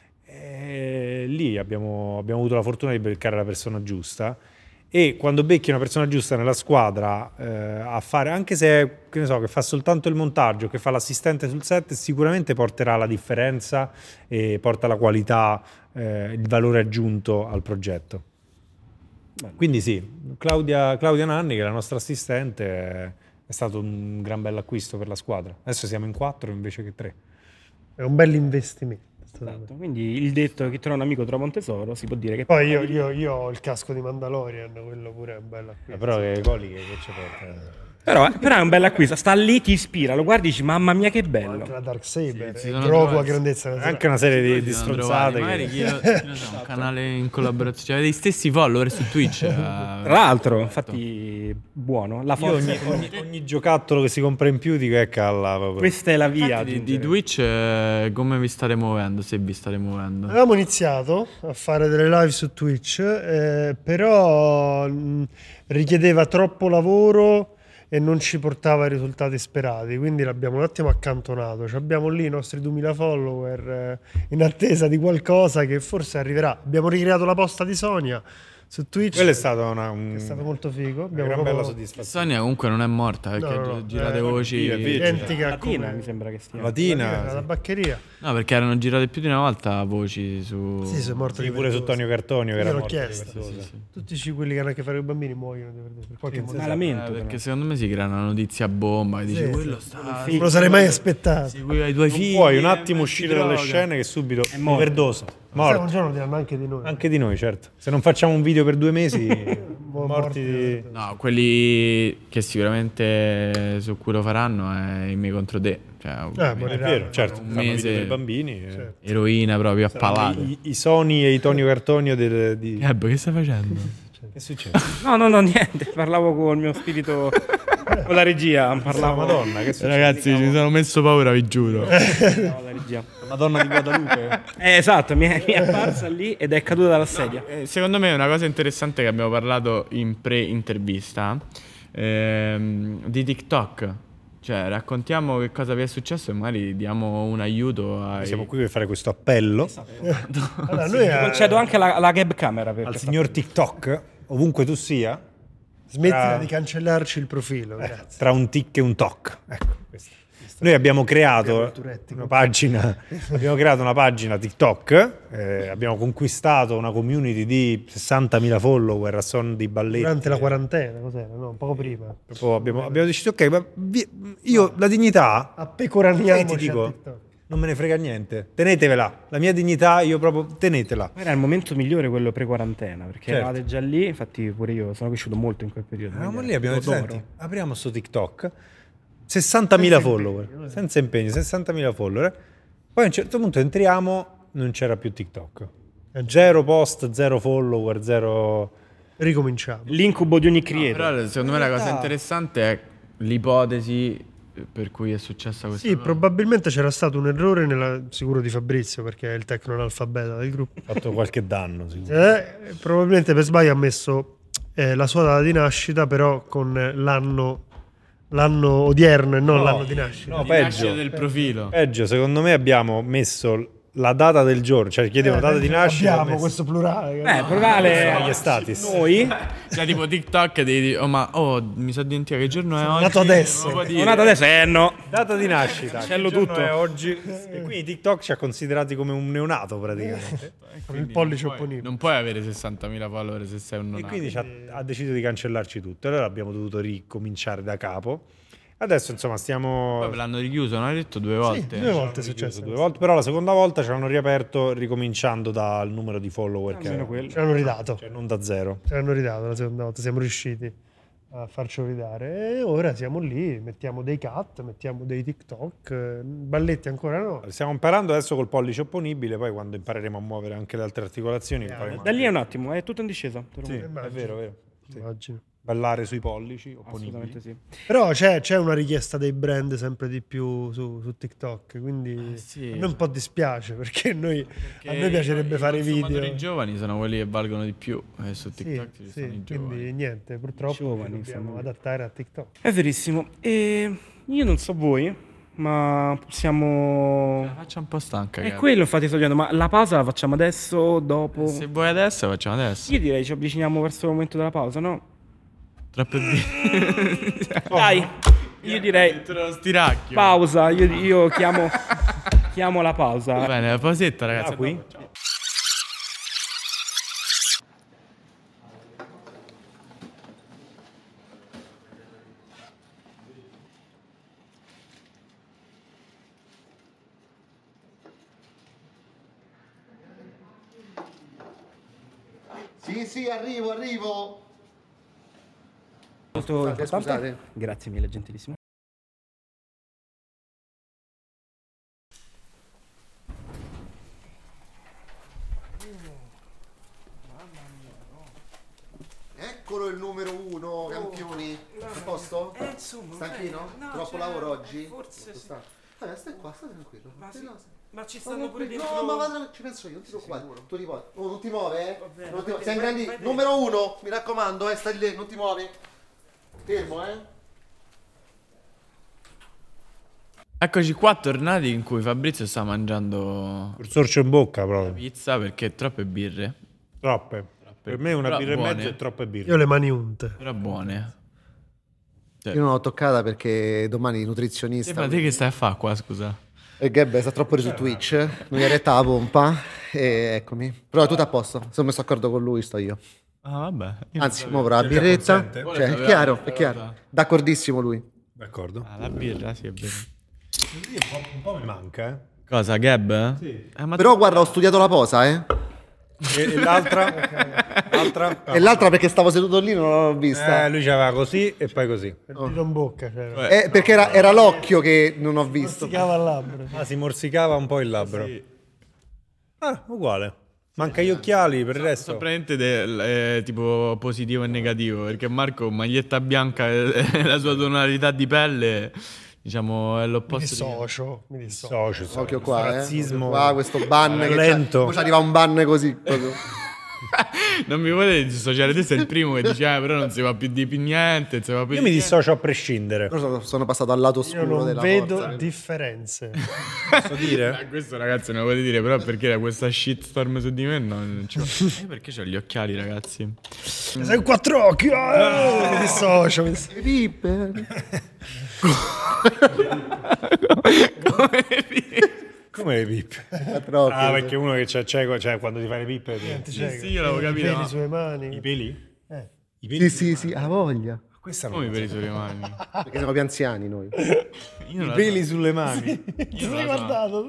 E lì abbiamo, abbiamo avuto la fortuna di beccare la persona giusta. E quando becchi una persona giusta nella squadra eh, a fare, anche se che ne so, che fa soltanto il montaggio, che fa l'assistente sul set, sicuramente porterà la differenza e porta la qualità, eh, il valore aggiunto al progetto. Quindi sì, Claudia, Claudia Nanni, che è la nostra assistente, è, è stato un gran bell'acquisto per la squadra. Adesso siamo in quattro invece che tre. È un bel investimento. Esatto. Quindi il detto che trova un amico trova un tesoro, si può dire che Poi io, io- io ho il casco di Mandalorian, quello pure è un bel Eh, acquisto. però che goli che, che ci porta? Però, però è un bel acquisto, sta lì, ti ispira, lo guardi e dici mamma mia che bello. Anche la Dark Saber, Sì, si e sono Grogu a trovati- grandezza naturale. Anche una serie di, di Ci sono trovati, stronzate. magari Che... chi lo, chi lo sa, un canale in collaborazione, cioè avete i stessi follower su Twitch. eh. Tra l'altro, infatti, buono. La Io forza, ogni, ogni, ogni giocattolo che si compra in più dico ecco alla proprio. questa è la via. Infatti, di, di aggiungere. Twitch eh, come vi state muovendo, se vi state muovendo? Avevamo iniziato a fare delle live su Twitch, eh, però mh, richiedeva troppo lavoro e non ci portava ai risultati sperati, quindi l'abbiamo un attimo accantonato. Cioè, abbiamo lì i nostri duemila follower eh, in attesa di qualcosa che forse arriverà. Abbiamo ricreato la posta di Sonia su Twitch, Quella è stata una, un- che è stato molto figo. una Abbiamo gran proprio- bella soddisfazione. Sonia comunque non è morta perché No, no, no, girate eh, voci. viva, viva. identica a Latina come mi sembra che stia. Latina, la sì. baccheria. No, perché erano girate più di una volta voci su. Sì, sono morto Sì, di pure su overdose. Tonio Cartonio che Io era l'ho morto di chiesto. overdose. Sì, sì. Tutti ci- quelli che hanno a che fare con i bambini muoiono di overdose, per qualche motivo. Ma Eh, lamento. perché però. secondo me si crea una notizia bomba che dice Sì, quello sì. sta. Non lo sarei mai aspettato. Seguiva i tuoi Non figli. puoi un e attimo metti uscire dalle droga. scene che subito È morto. overdose, Sai, un morto. giorno diranno anche di noi. Anche di noi, certo. Se non facciamo un video per due mesi, Mo- morti di... No, quelli che sicuramente su cui lo faranno è i miei contro te. Cioè, Eh, È moriranno. vero, certo. Un Fanno video mese- per bambini. eh. Certo. eroina proprio a palate. I, i Sony e i Tonio Cartonio del, di... Gabbo, che stai facendo? Che succede? No, no, no, niente. Parlavo con il mio spirito, con la regia. Parlavo Madonna, che succede? Ragazzi, mi sono messo paura, vi giuro. parlavo con la regia. Madonna di Guadalupe. Eh, esatto, mi è, mi è apparsa lì ed è caduta dalla sedia. Eh, Secondo me una cosa interessante che abbiamo parlato in pre-intervista ehm, di TikTok. Cioè, raccontiamo che cosa vi è successo e magari diamo un aiuto ai... Siamo qui per fare questo appello Allora, noi Ti eh, concedo anche la, la web camera per al questa- signor TikTok, ovunque tu sia, smettila Tra- di cancellarci il profilo, grazie. tra un tic e un toc. Ecco, questo. Noi abbiamo creato Turetti, una pagina, abbiamo creato una pagina TikTok, eh, abbiamo conquistato una community di sessantamila follower a son di balletti. Durante la quarantena, cos'era? No, poco prima. Proprio abbiamo, abbiamo deciso, ok, ma vi- io la dignità, Appecoraniamoci Sai, ti dico, a TikTok. non me ne frega niente, tenetevela, la mia dignità io proprio, tenetela. Era il momento migliore quello pre-quarantena, perché Certo. eravate già lì, infatti pure io sono cresciuto molto in quel periodo. Eravamo quindi lì, abbiamo detto, adoro. senti, apriamo sto TikTok, sessantamila Senza follower, impegno, eh. senza impegno, sessantamila follower. Poi a un certo punto entriamo, non c'era più TikTok. Zero post, zero follower, zero... Ricominciamo. L'incubo di ogni creator. Però secondo me la cosa interessante è l'ipotesi per cui è successa questa Sì, cosa. probabilmente c'era stato un errore nella, sicuro di Fabrizio, perché è il tecno-analfabeta del gruppo. Ha fatto qualche danno, sicuro. Eh, probabilmente per sbaglio ha messo eh, la sua data di nascita, però con l'anno, l'anno odierno e non No, l'anno di nascita. no, Di nascita peggio. del profilo. Peggio, secondo me abbiamo messo la data del giorno, cioè chiedevo Eh, la data di nascita. abbiamo ho messo- questo plurale. Beh, plurale Sono gli status. noi. Cioè tipo TikTok di, di- oh ma oh mi sono dimenticato che giorno è oggi. nato adesso. Non lo può dire. Sono nato adesso, eh no. Data di nascita, Cancello che giorno tutto. è oggi. E quindi TikTok ci ha considerati come un neonato praticamente. Con il pollice Non puoi- opponibile. Non puoi avere sessantamila follower se sei un E nonato. quindi ci ha, ha deciso di cancellarci tutto. Allora abbiamo dovuto ricominciare da capo. Adesso insomma stiamo... Poi ve l'hanno richiuso, non hai detto due volte? due volte è Chiuso successo. due volte, però la seconda volta ci hanno riaperto ricominciando dal numero di follower che Almeno era, quello. Ce l'hanno ridato. cioè non da zero. Ce l'hanno ridato la seconda volta, siamo riusciti a farcelo ridare. E ora siamo lì, mettiamo dei cut, mettiamo dei TikTok, eh, balletti ancora no. Stiamo imparando adesso col pollice opponibile, poi quando impareremo a muovere anche le altre articolazioni impareremo Da lì è un attimo, è tutto in discesa. te lo Sì, giuro. è vero, è vero. Sì. Immagino. Ballare sui pollici opponibili. Assolutamente sì. Però c'è, c'è una richiesta dei brand sempre di più su, su TikTok, quindi Eh, sì. a me un po' dispiace perché noi, Perché a noi piacerebbe i- fare i video. consumatori giovani sono quelli che valgono di più e su Sì, TikTok ci sì, sono i giovani. quindi niente, purtroppo Giovani, ci dobbiamo sono- adattare a TikTok. È verissimo. E io non so voi, ma possiamo... La faccia un po' stanca. È cara. quello infatti sto dicendo, ma la pausa la facciamo adesso, dopo? Se vuoi adesso, la facciamo adesso. Io direi ci avviciniamo verso il momento della pausa, no? Troppo di... Dai, io direi Te lo stiracchio. pausa, io, io chiamo, chiamo la pausa. Va bene, la pausetta ragazzi. Ah, qui? Sì, sì, arrivo, arrivo. Molto Scusate, importante. scusate. Grazie mille, gentilissimo. Eccolo il numero uno, campioni. A posto? Eh, insomma, Stanchino? no, Troppo cioè, lavoro oggi? forse Quanto sì. sta? Vabbè, stai qua, stai tranquillo. Ma, sì, Sì, no, ma ci no, stanno pure tranquillo. dentro. No, ma vado, ci penso io, non ti preoccupare. Tu ti muovi. Oh, non ti muove, eh? Va bene, Non ti vai muovi. Sei in te, grandi. vai te. Numero uno, mi raccomando, eh, stai lì, non ti muovi. Fermo, eh? Eccoci qua, tornati in cui Fabrizio sta mangiando Il sorcio in bocca proprio. pizza perché troppe birre. Troppe. Per me una Però birra e buone. mezzo è troppe birre. Io ho le mani unte. Però buone. Cioè, Io non l'ho toccata perché domani Sì, nutrizionista. ma te che stai a fare qua, scusa? E Gabbe sta troppo su Twitch. Non gli ha retta la pompa. E eccomi. Però è tutto a posto. Sono messo d'accordo con lui, sto io. Ah, vabbè. Io Anzi, non muovo la Già birretta. consente? Cioè, è chiaro, è chiaro. Vabbè. D'accordissimo lui. D'accordo. Ah, la birra, sì, è vero. Io un, po', un po' mi manca, eh. Cosa, Gab? Sì. Eh, ma Però guarda, ho studiato la posa, eh. E, e l'altra? l'altra? E l'altra perché stavo seduto lì non l'ho vista. Eh, lui c'aveva così e poi così. Il dito in bocca c'era. Eh, Eh, perché era, era l'occhio che non ho visto. Si cava al labbro. Ah, si morsicava un po' il labbro. Ah, uguale. Manca gli occhiali per il resto. So praticamente del- eh, tipo positivo e negativo, perché Marco maglietta bianca e la sua tonalità di pelle, diciamo, è Mi l'opposto di... dissocio. Mi dissocio. Socio, socio. Occhio qua, eh. Razzismo. Occhio qua, questo ban che lento. c'ha- poi ci arriva un ban così. proprio. Non mi potete dissociare, te sei il primo che dice, eh, però non si va più di più niente, non si va più Io di mi niente. dissocio a prescindere. Però sono, sono passato al lato Io oscuro non della vedo forza. differenze. Posso dire? Eh, questo ragazzi non lo potete dire, però perché da questa shitstorm su di me no, non ci Io perché ho gli occhiali, ragazzi? Sei un quattro occhi. eh, Mi dissocio. Mi dissocio. Pippe. Come Come le pippe? Quattro occhi. Ah, perché uno che c'è cieco, cioè quando ti fai le pippe ti... Cioè, sì, io l'avevo i capito, peli ma- sulle I mani. peli? Eh. I peli? Sì, sì, sì, ha voglia. Questa non Come la per i so. suoi mani? Perché siamo più anziani noi. Io non I la peli sulle mani. Ti non sei la so. guardato?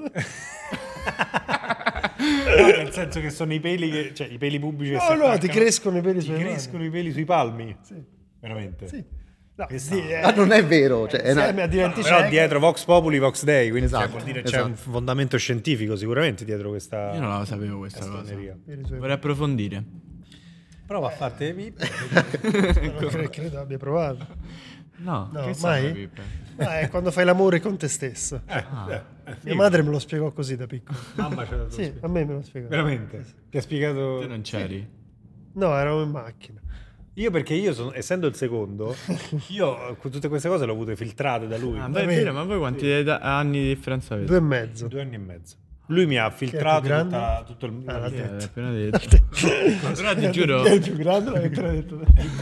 No, nel senso che sono i peli che, cioè i peli pubblici che si No, no, ti attaccano. crescono i peli Ti sulle mani. crescono i peli sui palmi. Sì. Veramente. Sì. No, Che sì, sta- eh, Ma non è vero. Cioè, è una- insieme a diventi Però cieco. dietro Vox Populi, Vox Dei, quindi cioè, Esatto, vuol dire c'è un esatto. fondamento scientifico sicuramente dietro questa Io non la sapevo questa cosa. stregoneria. Peli sulle Vorrei approfondire. Prova a farti le pippe. mani. Non credo, credo abbia provato. No, No, che mai? sono, Pippe? Ah, è quando fai l'amore con te stesso. Mia madre me lo spiegò così da piccolo. Mamma ce l'ha Sì, a me me lo spiegò. Veramente? Ti ha spiegato? Te non c'eri? No, eravamo in macchina. Io perché io sono, essendo il secondo, io eh, tutte queste cose le ho avute filtrate da lui. Ah, beh, è vero, ma voi quanti età- anni di differenza avete? Due e mezzo. Due anni e mezzo. Lui mi ha filtrato grande? tutta- tutto il Ah, l'ha Sì, detto. l'hai appena detto. Però ti giuro, È il più grande, l'hai appena detto.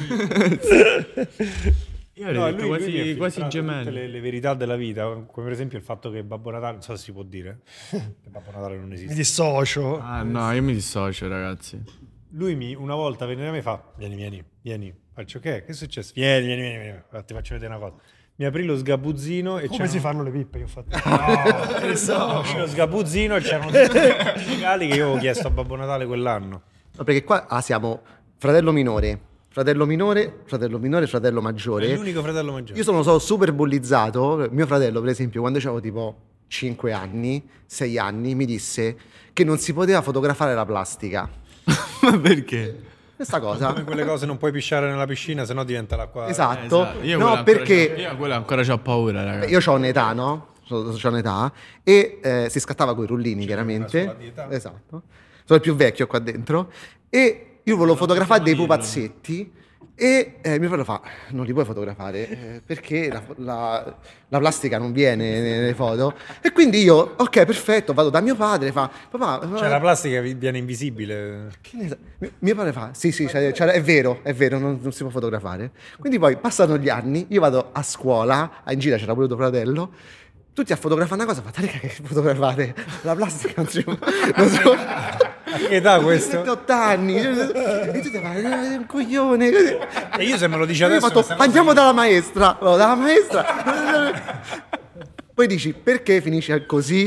io avrei No, detto lui, quasi, lui mi ha quasi filtrato gemelli. tutte le, le verità della vita, come per esempio il fatto che Babbo Natale, non so se si può dire, che Babbo Natale non Mi esiste. dissocio. Ah no, io mi dissocio, ragazzi. Lui mi, una volta venne da me e fa, vieni, vieni, vieni. Faccio, che? Che è successo? Vieni, vieni, vieni, vieni. Guarda, ti faccio vedere una cosa. Mi aprì lo sgabuzzino e Come c'erano... si fanno le pippe? Io ho fatto. Aprì lo sgabuzzino e c'erano tutti i regali che io avevo chiesto a Babbo Natale quell'anno. No, perché qua ah, siamo fratello minore, fratello minore, fratello minore, fratello È maggiore. l'unico fratello maggiore. Io sono, so super bullizzato. Mio fratello, per esempio, quando avevo tipo cinque anni, sei anni, mi disse che non si poteva fotografare la plastica. Ma perché? Questa cosa. Come quelle cose non puoi pisciare nella piscina, sennò diventa l'acqua. Esatto. Esatto. Io quella No, ancora perché c'ho- io quella ancora c'ho paura, ragazzi. io ho un'età, no? Ho un'età e eh, si scattava con i rullini, chiaramente. una sola di età. Esatto. Sono il più vecchio qua dentro. E io volevo fotografare dei dirlo. pupazzetti. E eh, mio fratello fa: non li puoi fotografare eh, perché la, la- la plastica non viene nelle foto. E quindi io, ok, perfetto, vado da mio padre. Fa: papà, Cioè la plastica vi- viene invisibile. che ne sa- mi- mio padre fa: sì, sì, c'è- c'è- è vero, è vero, non, non si può fotografare. Quindi poi passano gli anni, io vado a scuola, in gita c'era pure tuo fratello. Tutti a fotografare una cosa, fa: raga, che fotografate? La plastica non si può. Non si può. A che età questo? sette otto anni. E tu ti fai: "Eh, un coglione. Così. E io se me lo dice Io ho adesso... fatto: questa cosa- andiamo dalla maestra. Vado dalla maestra. Poi dici: perché finisce così?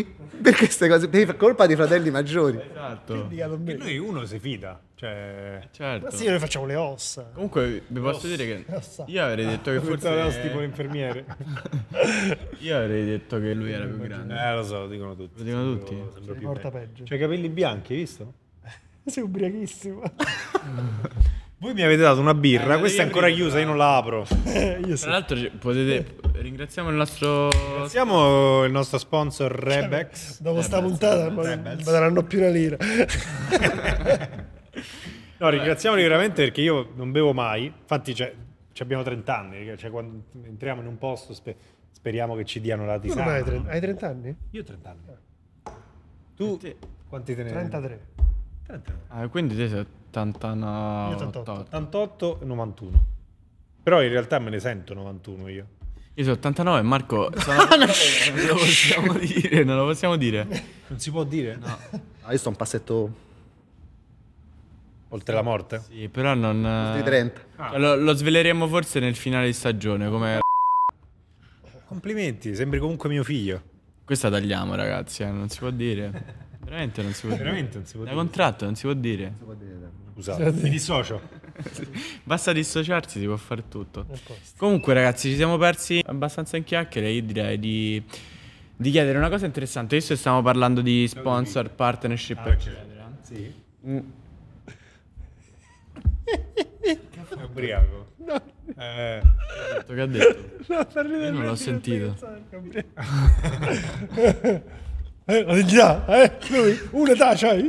per queste cose, per colpa dei fratelli maggiori. Esatto. Che noi uno si fida, cioè... Ma Certo. sì, noi facciamo le ossa. Comunque vi posso dire che Ossa. io avrei detto che Pensavo forse tipo l'infermiere. io avrei detto che lui era più grande. Eh, lo so, lo dicono tutti. Lo dicono Sembro- tutti? sembro Si più porta vecchio. peggio. C'ha i capelli bianchi, hai visto? Sei ubriachissimo. Voi mi avete dato una birra, Eh, questa è io ancora prima- chiusa, io non la apro. Io sì. Tra l'altro ci- potete ringraziamo il nostro Ringraziamo il nostro sponsor Rebex. Dopo sta Rebels, puntata non Rebels. mi daranno più una lira. No, ringraziamoli veramente perché io non bevo mai. Infatti, cioè, ci abbiamo trenta anni. Cioè, quando entriamo in un posto, spe- speriamo che ci diano la Tu non tisana. hai trenta, hai trenta anni? Io ho trenta anni. Tu te- quanti te ne trentatré. trenta. Ah, quindi te sei ottantanove. Io ottantotto. ottantotto e novantuno. Però in realtà me ne sento novantuno io. Io sono ottantanove e Marco sono non lo possiamo dire, non lo possiamo dire. Non si può dire? No. Ah, io sto un passetto Oltre la morte? Sì, però non di trenta. Cioè, lo, lo sveleremo forse nel finale di stagione, come Complimenti, sembri comunque mio figlio. questa tagliamo, ragazzi, eh, non si può dire. Veramente non si può dire. Veramente non si può Da dire. contratto non si può dire. Scusate, mi dissocio. Basta dissociarsi, si può fare tutto. Comunque, ragazzi, ci siamo persi abbastanza in chiacchiere. Io direi di, di chiedere una cosa interessante. Visto che stiamo parlando di sponsor, partnership, eccetera. Sì. Mm. È ubriaco. No. Eh, Che ha detto? No, per ridere Io non l'ho meglio, sentito. Eh, la dignità, eh? Lui, una taccia hai?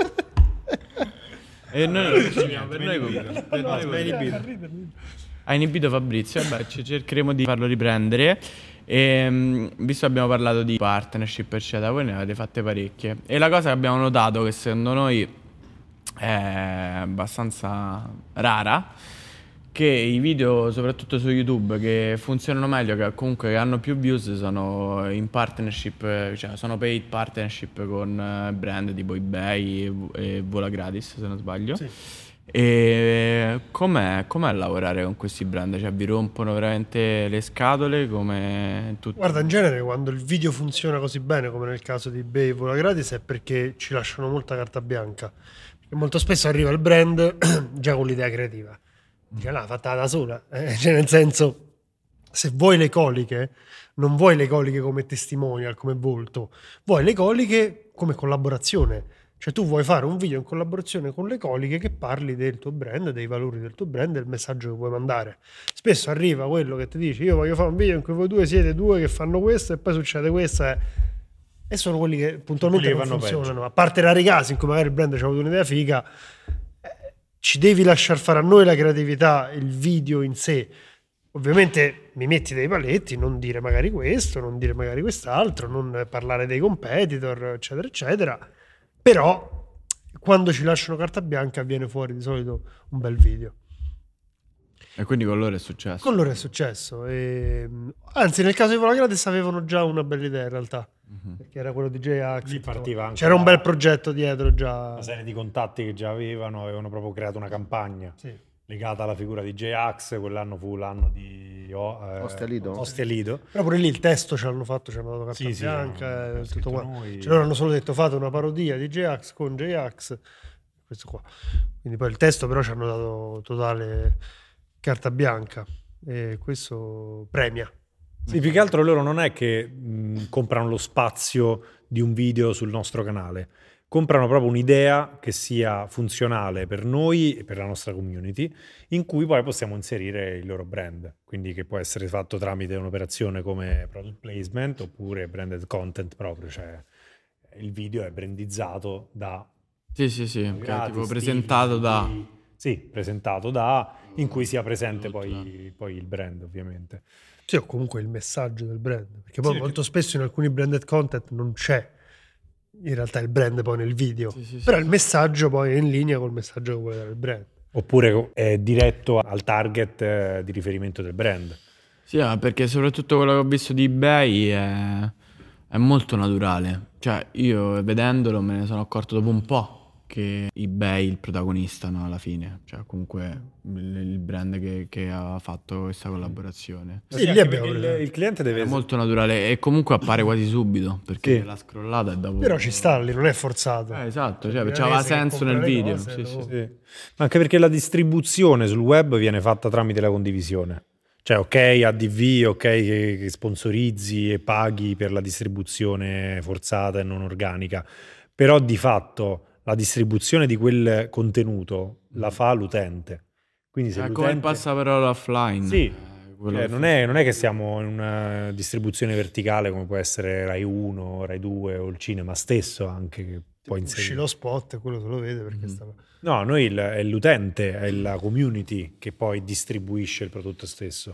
E noi lo facciamo per noi. inibito. per No, noi- sei inibito. Ha inibito Fabrizio, vabbè, ci cercheremo di farlo riprendere. E, visto che abbiamo parlato di partnership, eccetera, voi ne avete fatte parecchie. E la cosa che abbiamo notato, che secondo noi è abbastanza rara, che i video, soprattutto su YouTube, che funzionano meglio, che comunque hanno più views, sono in partnership, cioè sono paid partnership con eh, brand tipo eBay e, e Vola Gratis, se non sbaglio. Sì. E com'è, com'è lavorare con questi brand? Cioè vi rompono veramente le scatole come tutti? Guarda, in genere quando il video funziona così bene, come nel caso di eBay Vola Gratis, è perché ci lasciano molta carta bianca. Perché molto spesso arriva il brand già con l'idea creativa. Dice, l'ha fatta da sola. Eh, cioè, nel senso, se vuoi le coliche, non vuoi le coliche come testimonial, come volto, vuoi le coliche come collaborazione. Cioè tu vuoi fare un video in collaborazione con le coliche che parli del tuo brand, dei valori del tuo brand, del messaggio che vuoi mandare. Spesso arriva quello che ti dice, io voglio fare un video in cui voi due siete due che fanno questo e poi succede questo. eh. E sono quelli che puntualmente Quelli che non vanno funzionano. A parte rari casi in cui magari il brand ci ha avuto un'idea figa, eh, ci devi lasciar fare a noi la creatività, il video in sé. Ovviamente mi metti dei paletti, non dire magari questo, non dire magari quest'altro, non parlare dei competitor, eccetera, eccetera. Però quando ci lasciano carta bianca viene fuori di solito un bel video. E quindi con loro è successo. Con loro è successo. E, anzi, nel caso di Vola Gratis avevano già una bella idea in realtà. Perché era quello di J-Ax. Lì partiva anche C'era un la- bel progetto dietro già. una serie di contatti che già avevano, avevano proprio creato una campagna Sì. legata alla figura di J-Ax. Quell'anno fu l'anno di oh, eh, Ostia Lido. Ostia Lido. Però pure lì il testo ce l'hanno fatto, ci hanno dato carta Sì, sì, bianca abbiamo e tutto scritto qua. noi. Cioè, loro hanno solo detto fate una parodia di J-Ax con J-Ax, questo qua. Quindi poi il testo però ci hanno dato totale carta bianca e questo premia. Sì, più che altro loro non è che mh, comprano lo spazio di un video sul nostro canale, comprano proprio un'idea che sia funzionale per noi e per la nostra community, in cui poi possiamo inserire il loro brand, quindi che può essere fatto tramite un'operazione come product placement oppure branded content proprio, cioè il video è brandizzato da Sì, sì, sì, che è gratis, tipo presentato da... quindi- Sì, presentato da, in cui sia presente poi, poi il brand ovviamente. Sì, o comunque il messaggio del brand, perché poi Sì, molto spesso in alcuni branded content non c'è in realtà il brand poi nel video, Sì, sì, sì, però sì. il messaggio poi è in linea col messaggio che vuole dare il brand. Oppure è diretto al target eh, di riferimento del brand. Sì, ma perché soprattutto quello che ho visto di eBay è, è molto naturale. Cioè, io vedendolo me ne sono accorto dopo un po'. che eBay il protagonista, no, alla fine, cioè comunque il, il brand che, che ha fatto questa collaborazione. Sì, lì anche abbiamo perché preso. il, il cliente deve È molto naturale e comunque appare quasi subito perché Sì. la scrollata è dopo. Però ci sta lì, non è forzato. Eh, esatto, cioè, Il c'aveva milanese che senso compra nel le video. cose, Sì, lo- sì, sì. Sì. Ma anche perché la distribuzione sul web viene fatta tramite la condivisione. Cioè, ok, A D V, ok, che, che sponsorizzi e paghi per la distribuzione forzata e non organica, però di fatto la distribuzione di quel contenuto la fa l'utente. Quindi se È l'utente... come il passaparola offline. Sì, Eh, quello cioè, che non, fa- è, non è che siamo in una distribuzione verticale come può essere Rai uno, Rai due o il cinema stesso anche che può Usci inserire. lo spot, quello se lo vede perché Mhm. stava... No, noi il- è l'utente, è la community che poi distribuisce il prodotto stesso.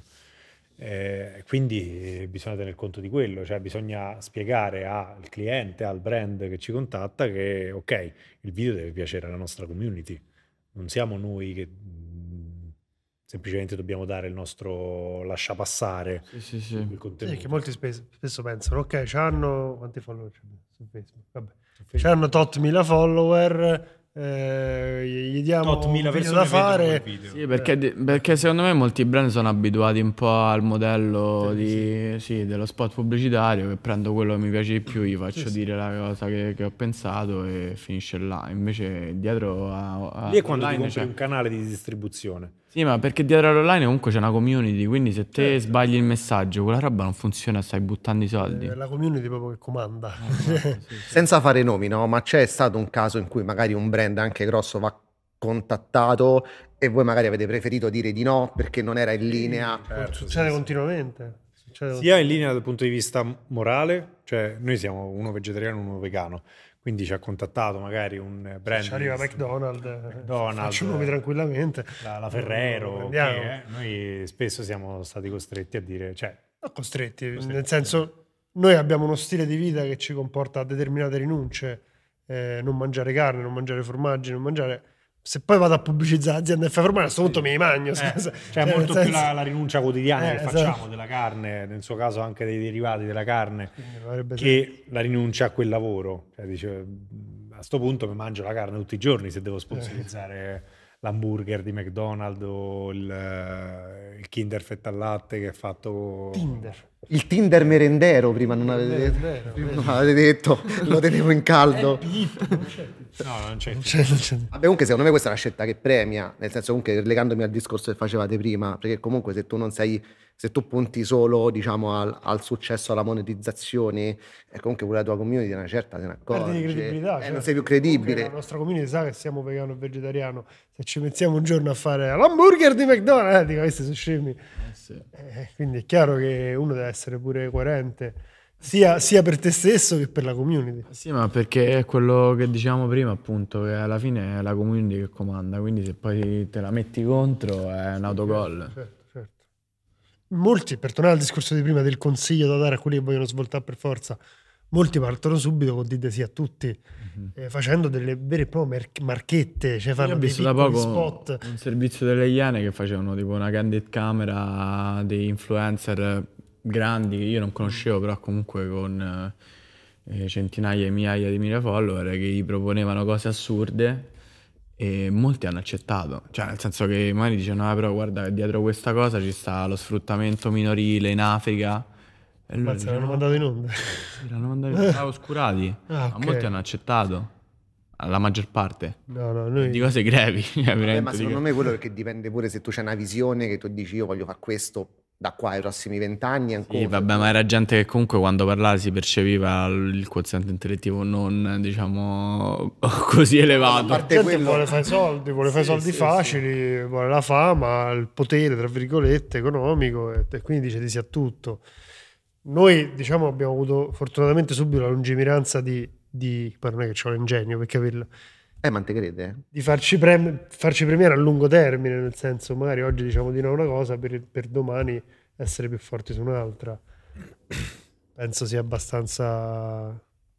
Eh, quindi bisogna tener conto di quello, cioè bisogna spiegare al cliente, al brand che ci contatta che ok, il video deve piacere alla nostra community, non siamo noi che mh, semplicemente dobbiamo dare il nostro lasciapassare Sì, sì, su sì. quel Sì, contenuto. che molti spesso, spesso pensano, ok, c'hanno... Quanti follower c'è su Facebook? Vabbè. Su Facebook. C'hanno tot mila follower, eh, gli diamo Tot un mila video persone da fare... vedono quel video. Sì, perché, di- perché secondo me molti brand sono abituati un po' al modello di, sì, dello spot pubblicitario, che prendo quello che mi piace di più, gli faccio dire la cosa che, che ho pensato e finisce là. Invece dietro a, a Lì è quando ti online compri c'è- un canale di distribuzione. Sì, ma perché dietro all'online comunque c'è una community, quindi se te sbagli il messaggio, quella roba non funziona, stai buttando i soldi. È la community proprio che comanda. Senza fare nomi, no? Ma c'è stato un caso in cui magari un brand anche grosso va contattato e voi magari avete preferito dire di no perché non era in linea. Certo, Succede sì, sì. continuamente. Succede Sia in linea dal punto di vista morale, cioè noi siamo uno vegetariano e uno vegano, quindi ci ha contattato magari un brand. Ci arriva di- McDonald's, eh, McDonald's, faccio nomi tranquillamente. la, la Lo Ferrero, prendiamo. che, eh, noi spesso siamo stati costretti a dire, cioè, Non costretti, Costretti. nel senso, noi abbiamo uno stile di vita che ci comporta a determinate rinunce, eh, non mangiare carne, non mangiare formaggi, non mangiare... Se poi vado a pubblicizzare l'azienda F Formaggi, a questo punto mi mangio. eh, scusa. cioè Cioè, molto nel più senso- la, la rinuncia quotidiana Eh, che esatto. facciamo della carne, nel suo caso anche dei derivati della carne, Quindi avrebbe senso. che la rinuncia a quel lavoro. Cioè, dice, a sto punto mi mangio la carne tutti i giorni se devo sponsorizzare l'hamburger di McDonald's o il, eh, il Kinder fetta al latte che è fatto... Tinder. Il Tinder merendero prima non avete detto, Merendero, prima vero. non avete detto, lo tenevo in caldo. No, non c'è. Cioè, non c'è- Vabbè, comunque secondo me questa è una scelta che premia, nel senso comunque legandomi al discorso che facevate prima, perché comunque se tu non sei, se tu punti solo diciamo al, al successo, alla monetizzazione, e comunque pure la tua community una certa se ne accorge, Perdi di credibilità. eh, certo. non sei più Comunque credibile. La nostra community sa che siamo vegano e vegetariano. Se ci mettiamo un giorno a fare l'hamburger di McDonald's, eh, dico, questi sono scemi. Eh, sì. Eh, quindi è chiaro che uno deve essere pure coerente, sia, sia per te stesso che per la community. Sì, ma perché è quello che dicevamo prima, appunto, che alla fine è la community che comanda, quindi se poi te la metti contro è un autogol. Certo, certo. Molti, per tornare al discorso di prima del consiglio da dare a quelli che vogliono svoltare per forza, molti partono subito con dite sì a tutti, eh, facendo delle vere e proprie mer- marchette, cioè Io fanno ho dei visto da piccoli poco spot. un servizio delle Iene che facevano tipo una candid camera dei influencer grandi che io non conoscevo, però comunque con eh, centinaia e migliaia di mila follower che gli proponevano cose assurde e molti hanno accettato, cioè nel senso che magari dicevano ah, però guarda che dietro questa cosa ci sta lo sfruttamento minorile in Africa e loro Mazza, l'hanno dicevano, mandato in onda. sì, l'hanno mandato ah, oscurati, Ah, ma ok. molti hanno accettato, la maggior parte No, no, noi... di cose grevi. cioè, Vabbè, veramente ma di secondo cose- me quello perché dipende pure se tu c'hai una visione che tu dici io voglio fare questo da qua ai prossimi vent'anni ancora. Sì, vabbè, ma era gente che comunque quando parlava si percepiva il quoziente intellettivo non, diciamo, così A elevato. parte La gente quello- vuole fare soldi, vuole fare Sì, soldi sì, facili, vuole la fama, il potere, tra virgolette, economico, e, e quindi dice di sì a tutto. Noi, diciamo, abbiamo avuto fortunatamente subito la lungimiranza di, di poi non è che c'ho l'ingegno per capirlo, Eh, ma te crede? di farci, prem- farci premiare a lungo termine, nel senso magari oggi diciamo di no a una cosa per, per domani essere più forti su un'altra. Penso sia abbastanza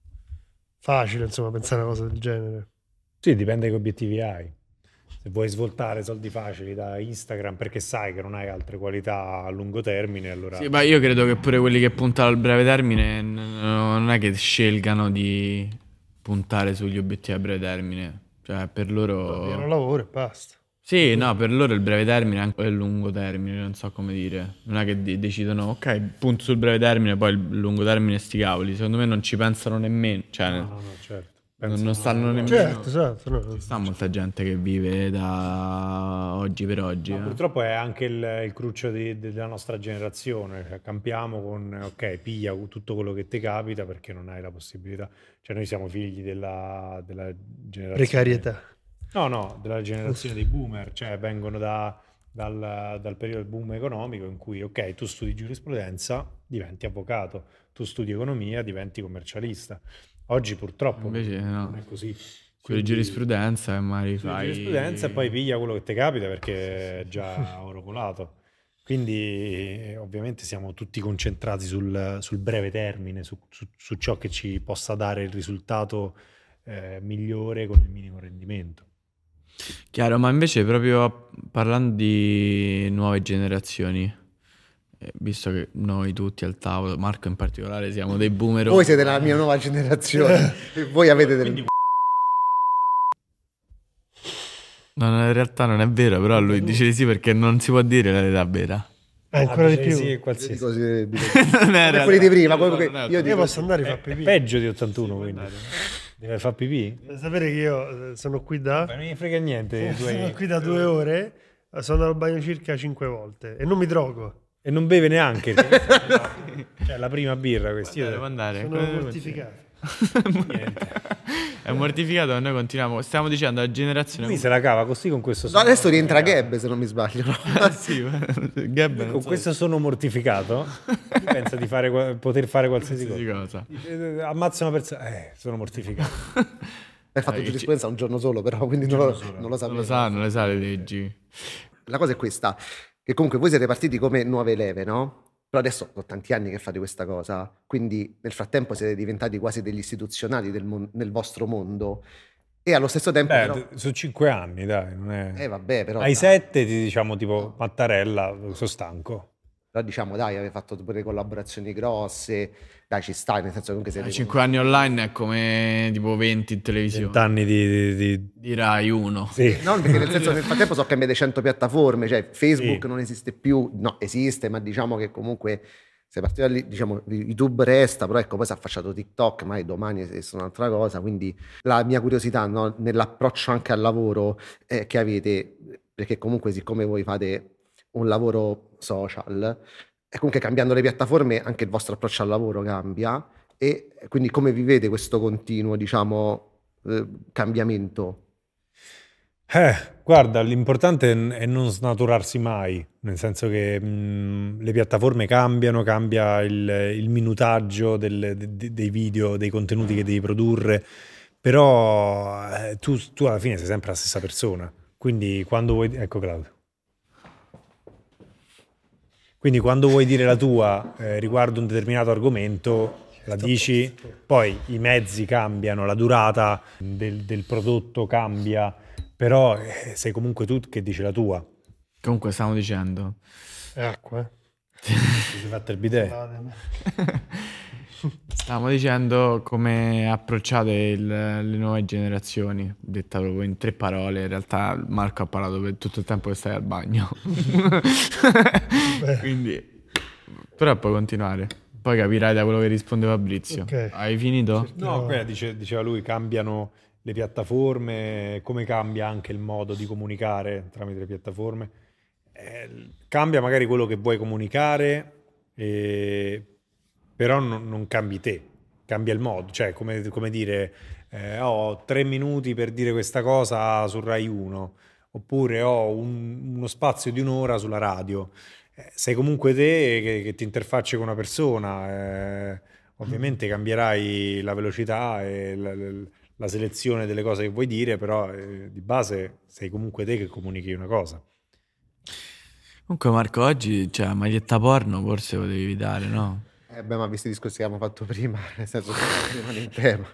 facile, insomma, pensare a una cosa del genere. Sì, dipende che obiettivi hai. Se vuoi svoltare soldi facili da Instagram perché sai che non hai altre qualità a lungo termine, allora... Sì, ma io credo che pure quelli che puntano al breve termine n- non è che scelgano di puntare sugli obiettivi a breve termine. Cioè, per Non loro... lavoro e basta. Sì, no, per loro il breve termine è anche il lungo termine, non so come dire. Non è che de- decidono, ok, punto sul breve termine, poi il lungo termine sti cavoli. Secondo me non ci pensano nemmeno. Cioè, No, no, no, certo. non, Penso- non stanno nemmeno... Certo, esatto. No. Ci sta molta gente che vive da oggi per oggi. Ma eh. purtroppo è anche il, il cruccio di- della nostra generazione, cioè, campiamo con, ok, piglia tutto quello che ti capita perché non hai la possibilità, cioè noi siamo figli della, della generazione... Precarietà. No, no, della generazione dei boomer, cioè vengono da- dal, dal periodo del boom economico in cui, ok, tu studi giurisprudenza, diventi avvocato, tu studi economia, diventi commercialista. Oggi purtroppo Invece non no. è così. Quelli di Quindi- giurisprudenza e magari studi fai... giurisprudenza e poi piglia quello che ti capita perché è già oro colato. Quindi eh, ovviamente siamo tutti concentrati sul, sul breve termine, su, su- su ciò che ci possa dare il risultato eh, migliore con il minimo rendimento. Chiaro, ma invece proprio parlando di nuove generazioni, eh, visto che noi tutti al tavolo, Marco in particolare, siamo dei boomer. Voi siete la mia nuova generazione. E voi avete delle... Quindi- No, no, in realtà non è vero, però lui dice di sì perché non si può dire l'età vera. Eh, ancora di Ah, più. sì, Io qualsiasi. dico, sì, dico- Non è come quelli di prima, no, quello che- no, no, io Io dico- posso andare a È, fare è pipì. peggio di ottantuno, quindi. Deve fare pipì? Deve sapere che io eh, sono qui da... Ma non mi frega niente. tu hai- Sono qui da due ore, eh, sono andato al bagno circa cinque volte e non mi drogo. E non beve neanche. Cioè, la prima birra questi. Io- Devo andare. Sono Come devo mortificato. È mortificato, noi continuiamo. Stiamo dicendo la generazione. Lui se la cava così con questo No, sono adesso rientra mortificato. Gab, se non mi sbaglio. no? Ah, sì, Gab non Con so questo sono mortificato. Chi pensa di fare, qua- poter fare qualsiasi qualsiasi cosa? cosa. Dice, eh, ammazza una persona. Eh, sono mortificato. Hai fatto Eh, che giurisprudenza un giorno solo, però, quindi non lo, non lo Non sapevo. lo sanno, le sa le leggi. La cosa è questa, che comunque voi siete partiti come nuove leve, no? Però adesso sono tanti anni che fate questa cosa, quindi nel frattempo siete diventati quasi degli istituzionali del mon- nel vostro mondo e allo stesso tempo... Beh, però- d- sono cinque anni, dai. Non è... eh vabbè, però... Ai dai, sette ti diciamo tipo Mattarella, sono stanco. però diciamo dai, avete fatto pure collaborazioni grosse, dai ci stai, nel senso che comunque siete... cinque anni online è come tipo venti in televisione. Vent'anni di... di, di... Di Rai uno. Sì. No, perché nel senso nel frattempo sono cambiate cento piattaforme, cioè Facebook Sì. non esiste più, no, esiste, ma diciamo che comunque se partito da lì, diciamo, YouTube resta, però ecco, poi si è affacciato TikTok, mai domani esiste un'altra cosa, quindi la mia curiosità, no, nell'approccio anche al lavoro eh, che avete, perché comunque siccome voi fate un lavoro social, e comunque cambiando le piattaforme anche il vostro approccio al lavoro cambia, e quindi come vivete questo continuo, diciamo, eh, cambiamento? Eh, guarda, l'importante è n- è non snaturarsi mai, nel senso che mh, le piattaforme cambiano, cambia il, il minutaggio del- de- de- dei video, dei contenuti che devi produrre, però eh, tu, tu alla fine sei sempre la stessa persona, quindi quando vuoi... Ecco Claudio. Quindi quando vuoi dire la tua eh, riguardo un determinato argomento, la dici, poi i mezzi cambiano, la durata del, del prodotto cambia, però eh, sei comunque tu che dici la tua. Comunque stiamo dicendo. È acqua, eh. Ti sei fatto il bidet. Stavamo dicendo come approcciate il- le nuove generazioni, detta proprio in tre parole. In realtà Marco ha parlato per tutto il tempo che stai al bagno. Quindi, però puoi continuare. Poi capirai da quello che risponde Fabrizio. Ok. Hai finito? No, qui dice- diceva lui, cambiano le piattaforme, come cambia anche il modo di comunicare tramite le piattaforme. Eh, cambia magari quello che vuoi comunicare, eh, però non, non cambi te, cambia il modo. Cioè, come, come dire, eh, ho tre minuti per dire questa cosa su Rai uno, oppure ho un- uno spazio di un'ora sulla radio. Eh, sei comunque te che, che ti interfacci con una persona, eh, ovviamente cambierai la velocità e la, la- la selezione delle cose che vuoi dire, però eh, di base sei comunque te che comunichi una cosa. Comunque Marco, oggi c'è la maglietta porno, forse potevi evitare, no? Eh beh, ma visti i discorsi che abbiamo fatto prima, nel senso che rimane in tema.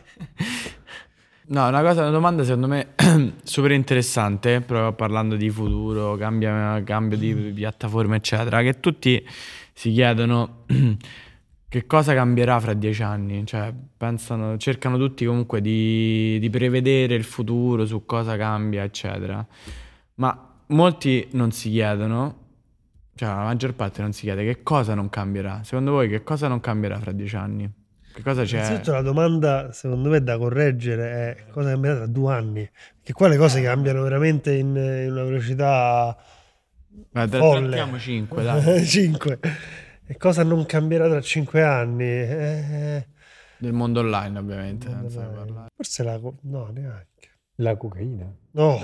No, una cosa, una domanda secondo me super interessante, proprio parlando di futuro, cambia- cambio di piattaforme, eccetera, che tutti si chiedono che cosa cambierà fra dieci anni? Cioè, pensano, cercano tutti comunque di, di prevedere il futuro su cosa cambia, eccetera. Ma molti non si chiedono, cioè la maggior parte non si chiede che cosa non cambierà. Secondo voi che cosa non cambierà fra dieci anni? Che cosa c'è? Innanzitutto la domanda, secondo me, da correggere è cosa cambierà tra due anni? Perché qua le cose cambiano veramente in, in una velocità Beh, tra- folle. trattiamo cinque, dai. Cinque. E cosa non cambierà tra cinque anni? Eh, Del mondo online, ovviamente. mondo senza online. parlare. Forse la... co- No, neanche. La cocaina. No.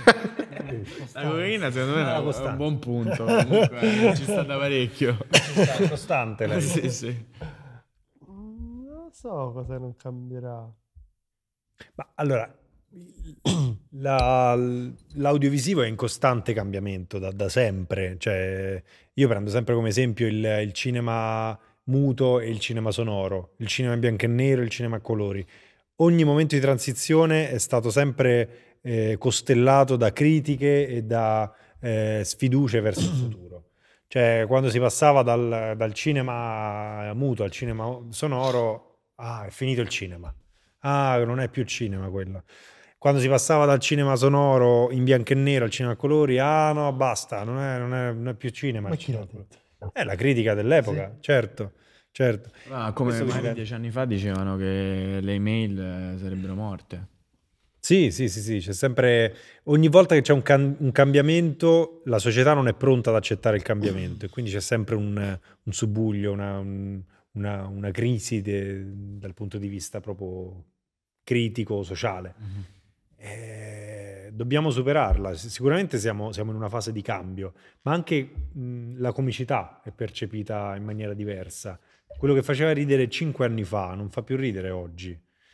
La cocaina secondo me è Ah, un- è costante. un buon punto. Comunque, eh, ci sta da parecchio. È costante lei. Sì, sì. Non so cosa non cambierà. Ma allora, la- l'audiovisivo è in costante cambiamento da, da sempre. Cioè, io prendo sempre come esempio il, il cinema muto e il cinema sonoro, il cinema in bianco e nero e il cinema a colori. Ogni momento di transizione è stato sempre eh, costellato da critiche e da eh, sfiducie verso il futuro. Cioè, quando si passava dal, dal cinema muto al cinema sonoro, ah, è finito il cinema. Ah, non è più cinema quello. Quando si passava dal cinema sonoro in bianco e nero al cinema a colori, ah no, basta, non è, non è- non è più cinema. Ma il chi l'ha cinema a detto? colori. È la critica dell'epoca, certo, certo. Ah, come Questo magari dipende. dieci anni fa dicevano che le email eh, sarebbero morte. Sì, sì, sì, sì, c'è sempre, ogni volta che c'è un, cam- un cambiamento, la società non è pronta ad accettare il cambiamento e quindi c'è sempre un, un subbuglio, una, un- una- una crisi de- dal punto di vista proprio critico, sociale. Eh, dobbiamo superarla. S- Sicuramente siamo, siamo in una fase di cambio, ma anche mh, la comicità è percepita in maniera diversa. Quello che faceva ridere cinque anni fa non fa più ridere oggi.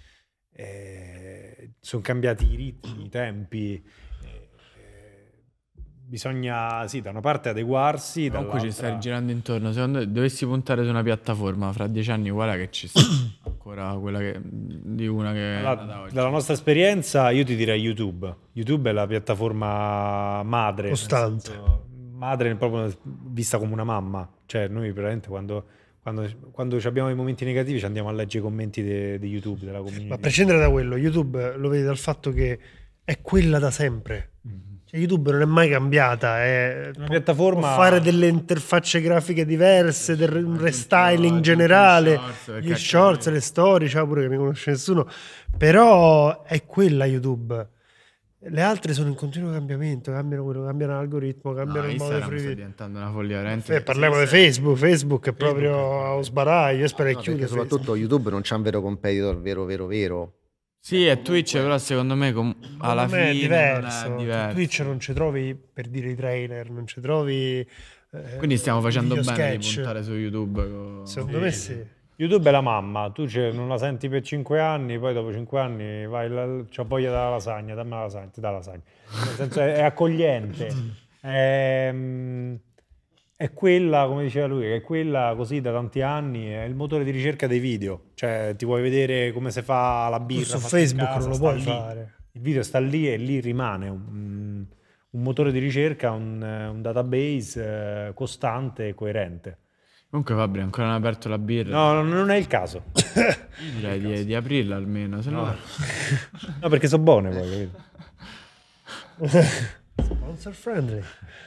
Eh, sono cambiati i ritmi, i tempi. eh, eh, bisogna, sì, da una parte adeguarsi, Comunque ci dall'altra... stai girando intorno. Secondo te dovessi puntare su una piattaforma fra dieci anni, guarda che ci sta ancora quella che, di una che è Dalla, nata oggi. dalla nostra esperienza, io ti direi YouTube. YouTube è la piattaforma madre, nel Costante. senso, madre proprio vista come una mamma. Cioè, noi veramente quando, quando, quando abbiamo i momenti negativi ci andiamo a leggere i commenti di di YouTube, della community. Ma a prescindere da quello, YouTube lo vedi dal fatto che è quella da sempre. Cioè, YouTube non è mai cambiata, è Una piattaforma- può fare delle interfacce grafiche diverse, del un Aggiunti- restyling aggiunti generale, i shorts, perché gli anche- shorts, le storie, cioè pure che ne conosce nessuno, però è quella YouTube. Le altre sono in continuo cambiamento, cambiano quello, cambiano l'algoritmo, No, cambiano il modo di Instagram sta fruire. diventando una follia veramente. Eh, parliamo di Facebook, Facebook è proprio allo sbaraglio, io spero che No, chiude perché Facebook. soprattutto YouTube non c'ha un vero competitor vero vero vero. Sì, è Twitch, però secondo me com- alla Secondo me fine è diverso. non è diverso. Twitch non ci trovi per dire i trailer, non ci trovi. eh, Quindi stiamo facendo video bene di sketch. puntare su YouTube. co- Secondo me sì. YouTube è la mamma, tu ce- non la senti per cinque anni, poi dopo cinque anni vai, la, c'ho voglia della lasagna, dammi la lasagna, ti dà la lasagna. Nel senso è, è accogliente, è, mm, è quella, come diceva lui, è quella così da tanti anni, è il motore di ricerca dei video, cioè ti vuoi vedere come si fa la Tu birra su fatta in Facebook casa, non lo sta puoi lì. fare. Il video sta lì e lì rimane un, un motore di ricerca, un, un database eh, costante e coerente. Comunque Fabri, ancora non ha aperto la birra. No, no, non è il caso. Io direi di, di aprirla almeno. Se no... No. No, perché sono buone poi, capito? Sponsor friendly.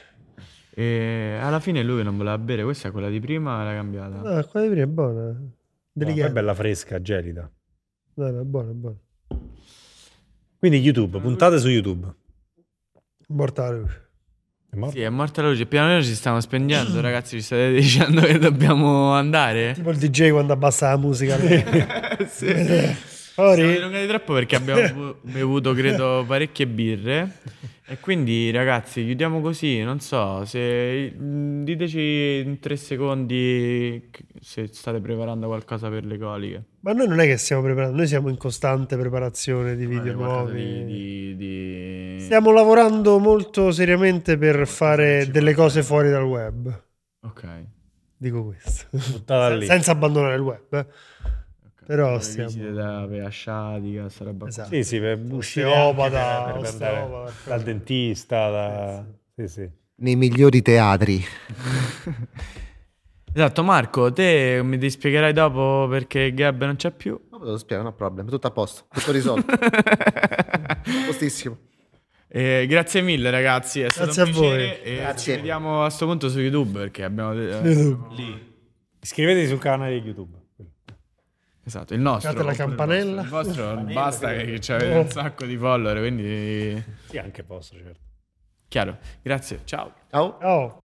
E alla fine lui non voleva bere. Questa è quella di prima, l'ha cambiata. No, quella di prima è buona. No, poi è Delicata. bella fresca, gelida. No, no, è buona, è buona. Quindi YouTube, puntate su YouTube. Morta la luce. È morto? Sì, è morta la luce. Piano piano ci stiamo spengendo, ragazzi. Ci state dicendo che dobbiamo andare? Tipo il D J quando abbassa la musica. Sì. Fuori? Siamo dilungati troppo perché abbiamo bu- bevuto, credo, parecchie birre. E quindi, ragazzi, chiudiamo così. Non so, se mh, diteci in tre secondi che- se state preparando qualcosa per le coliche. Ma noi non è che stiamo preparando, noi siamo in costante preparazione di video Qualcosa nuovi. di, di, di- Stiamo lavorando molto seriamente per fare delle cose fuori dal web. Ok. Dico questo. Buttata lì. Senza abbandonare il web. eh. Però Le stiamo... visite da Peasciatica, sta roba qua. Esatto. Sì, sì, per uscire Osteopata, anche per, per andare osteopata. dal dentista, da... sì, sì. Nei migliori teatri. Esatto, Marco, te mi ti spiegherai dopo perché Gab non c'è più. No, te lo spiego, no problem, tutto a posto, tutto risolto. Postissimo. Eh, grazie mille ragazzi, è stato Grazie un a voi. piacere e Grazie. ci vediamo a sto punto su YouTube perché abbiamo eh, YouTube. lì. Iscrivetevi sul canale di YouTube. Esatto, il nostro. Toccate la oppure campanella. Il vostro, il vostro basta che, che avete un sacco di follower, quindi Sì, anche vostro, certo. chiaro. Grazie, ciao. Ciao. Oh.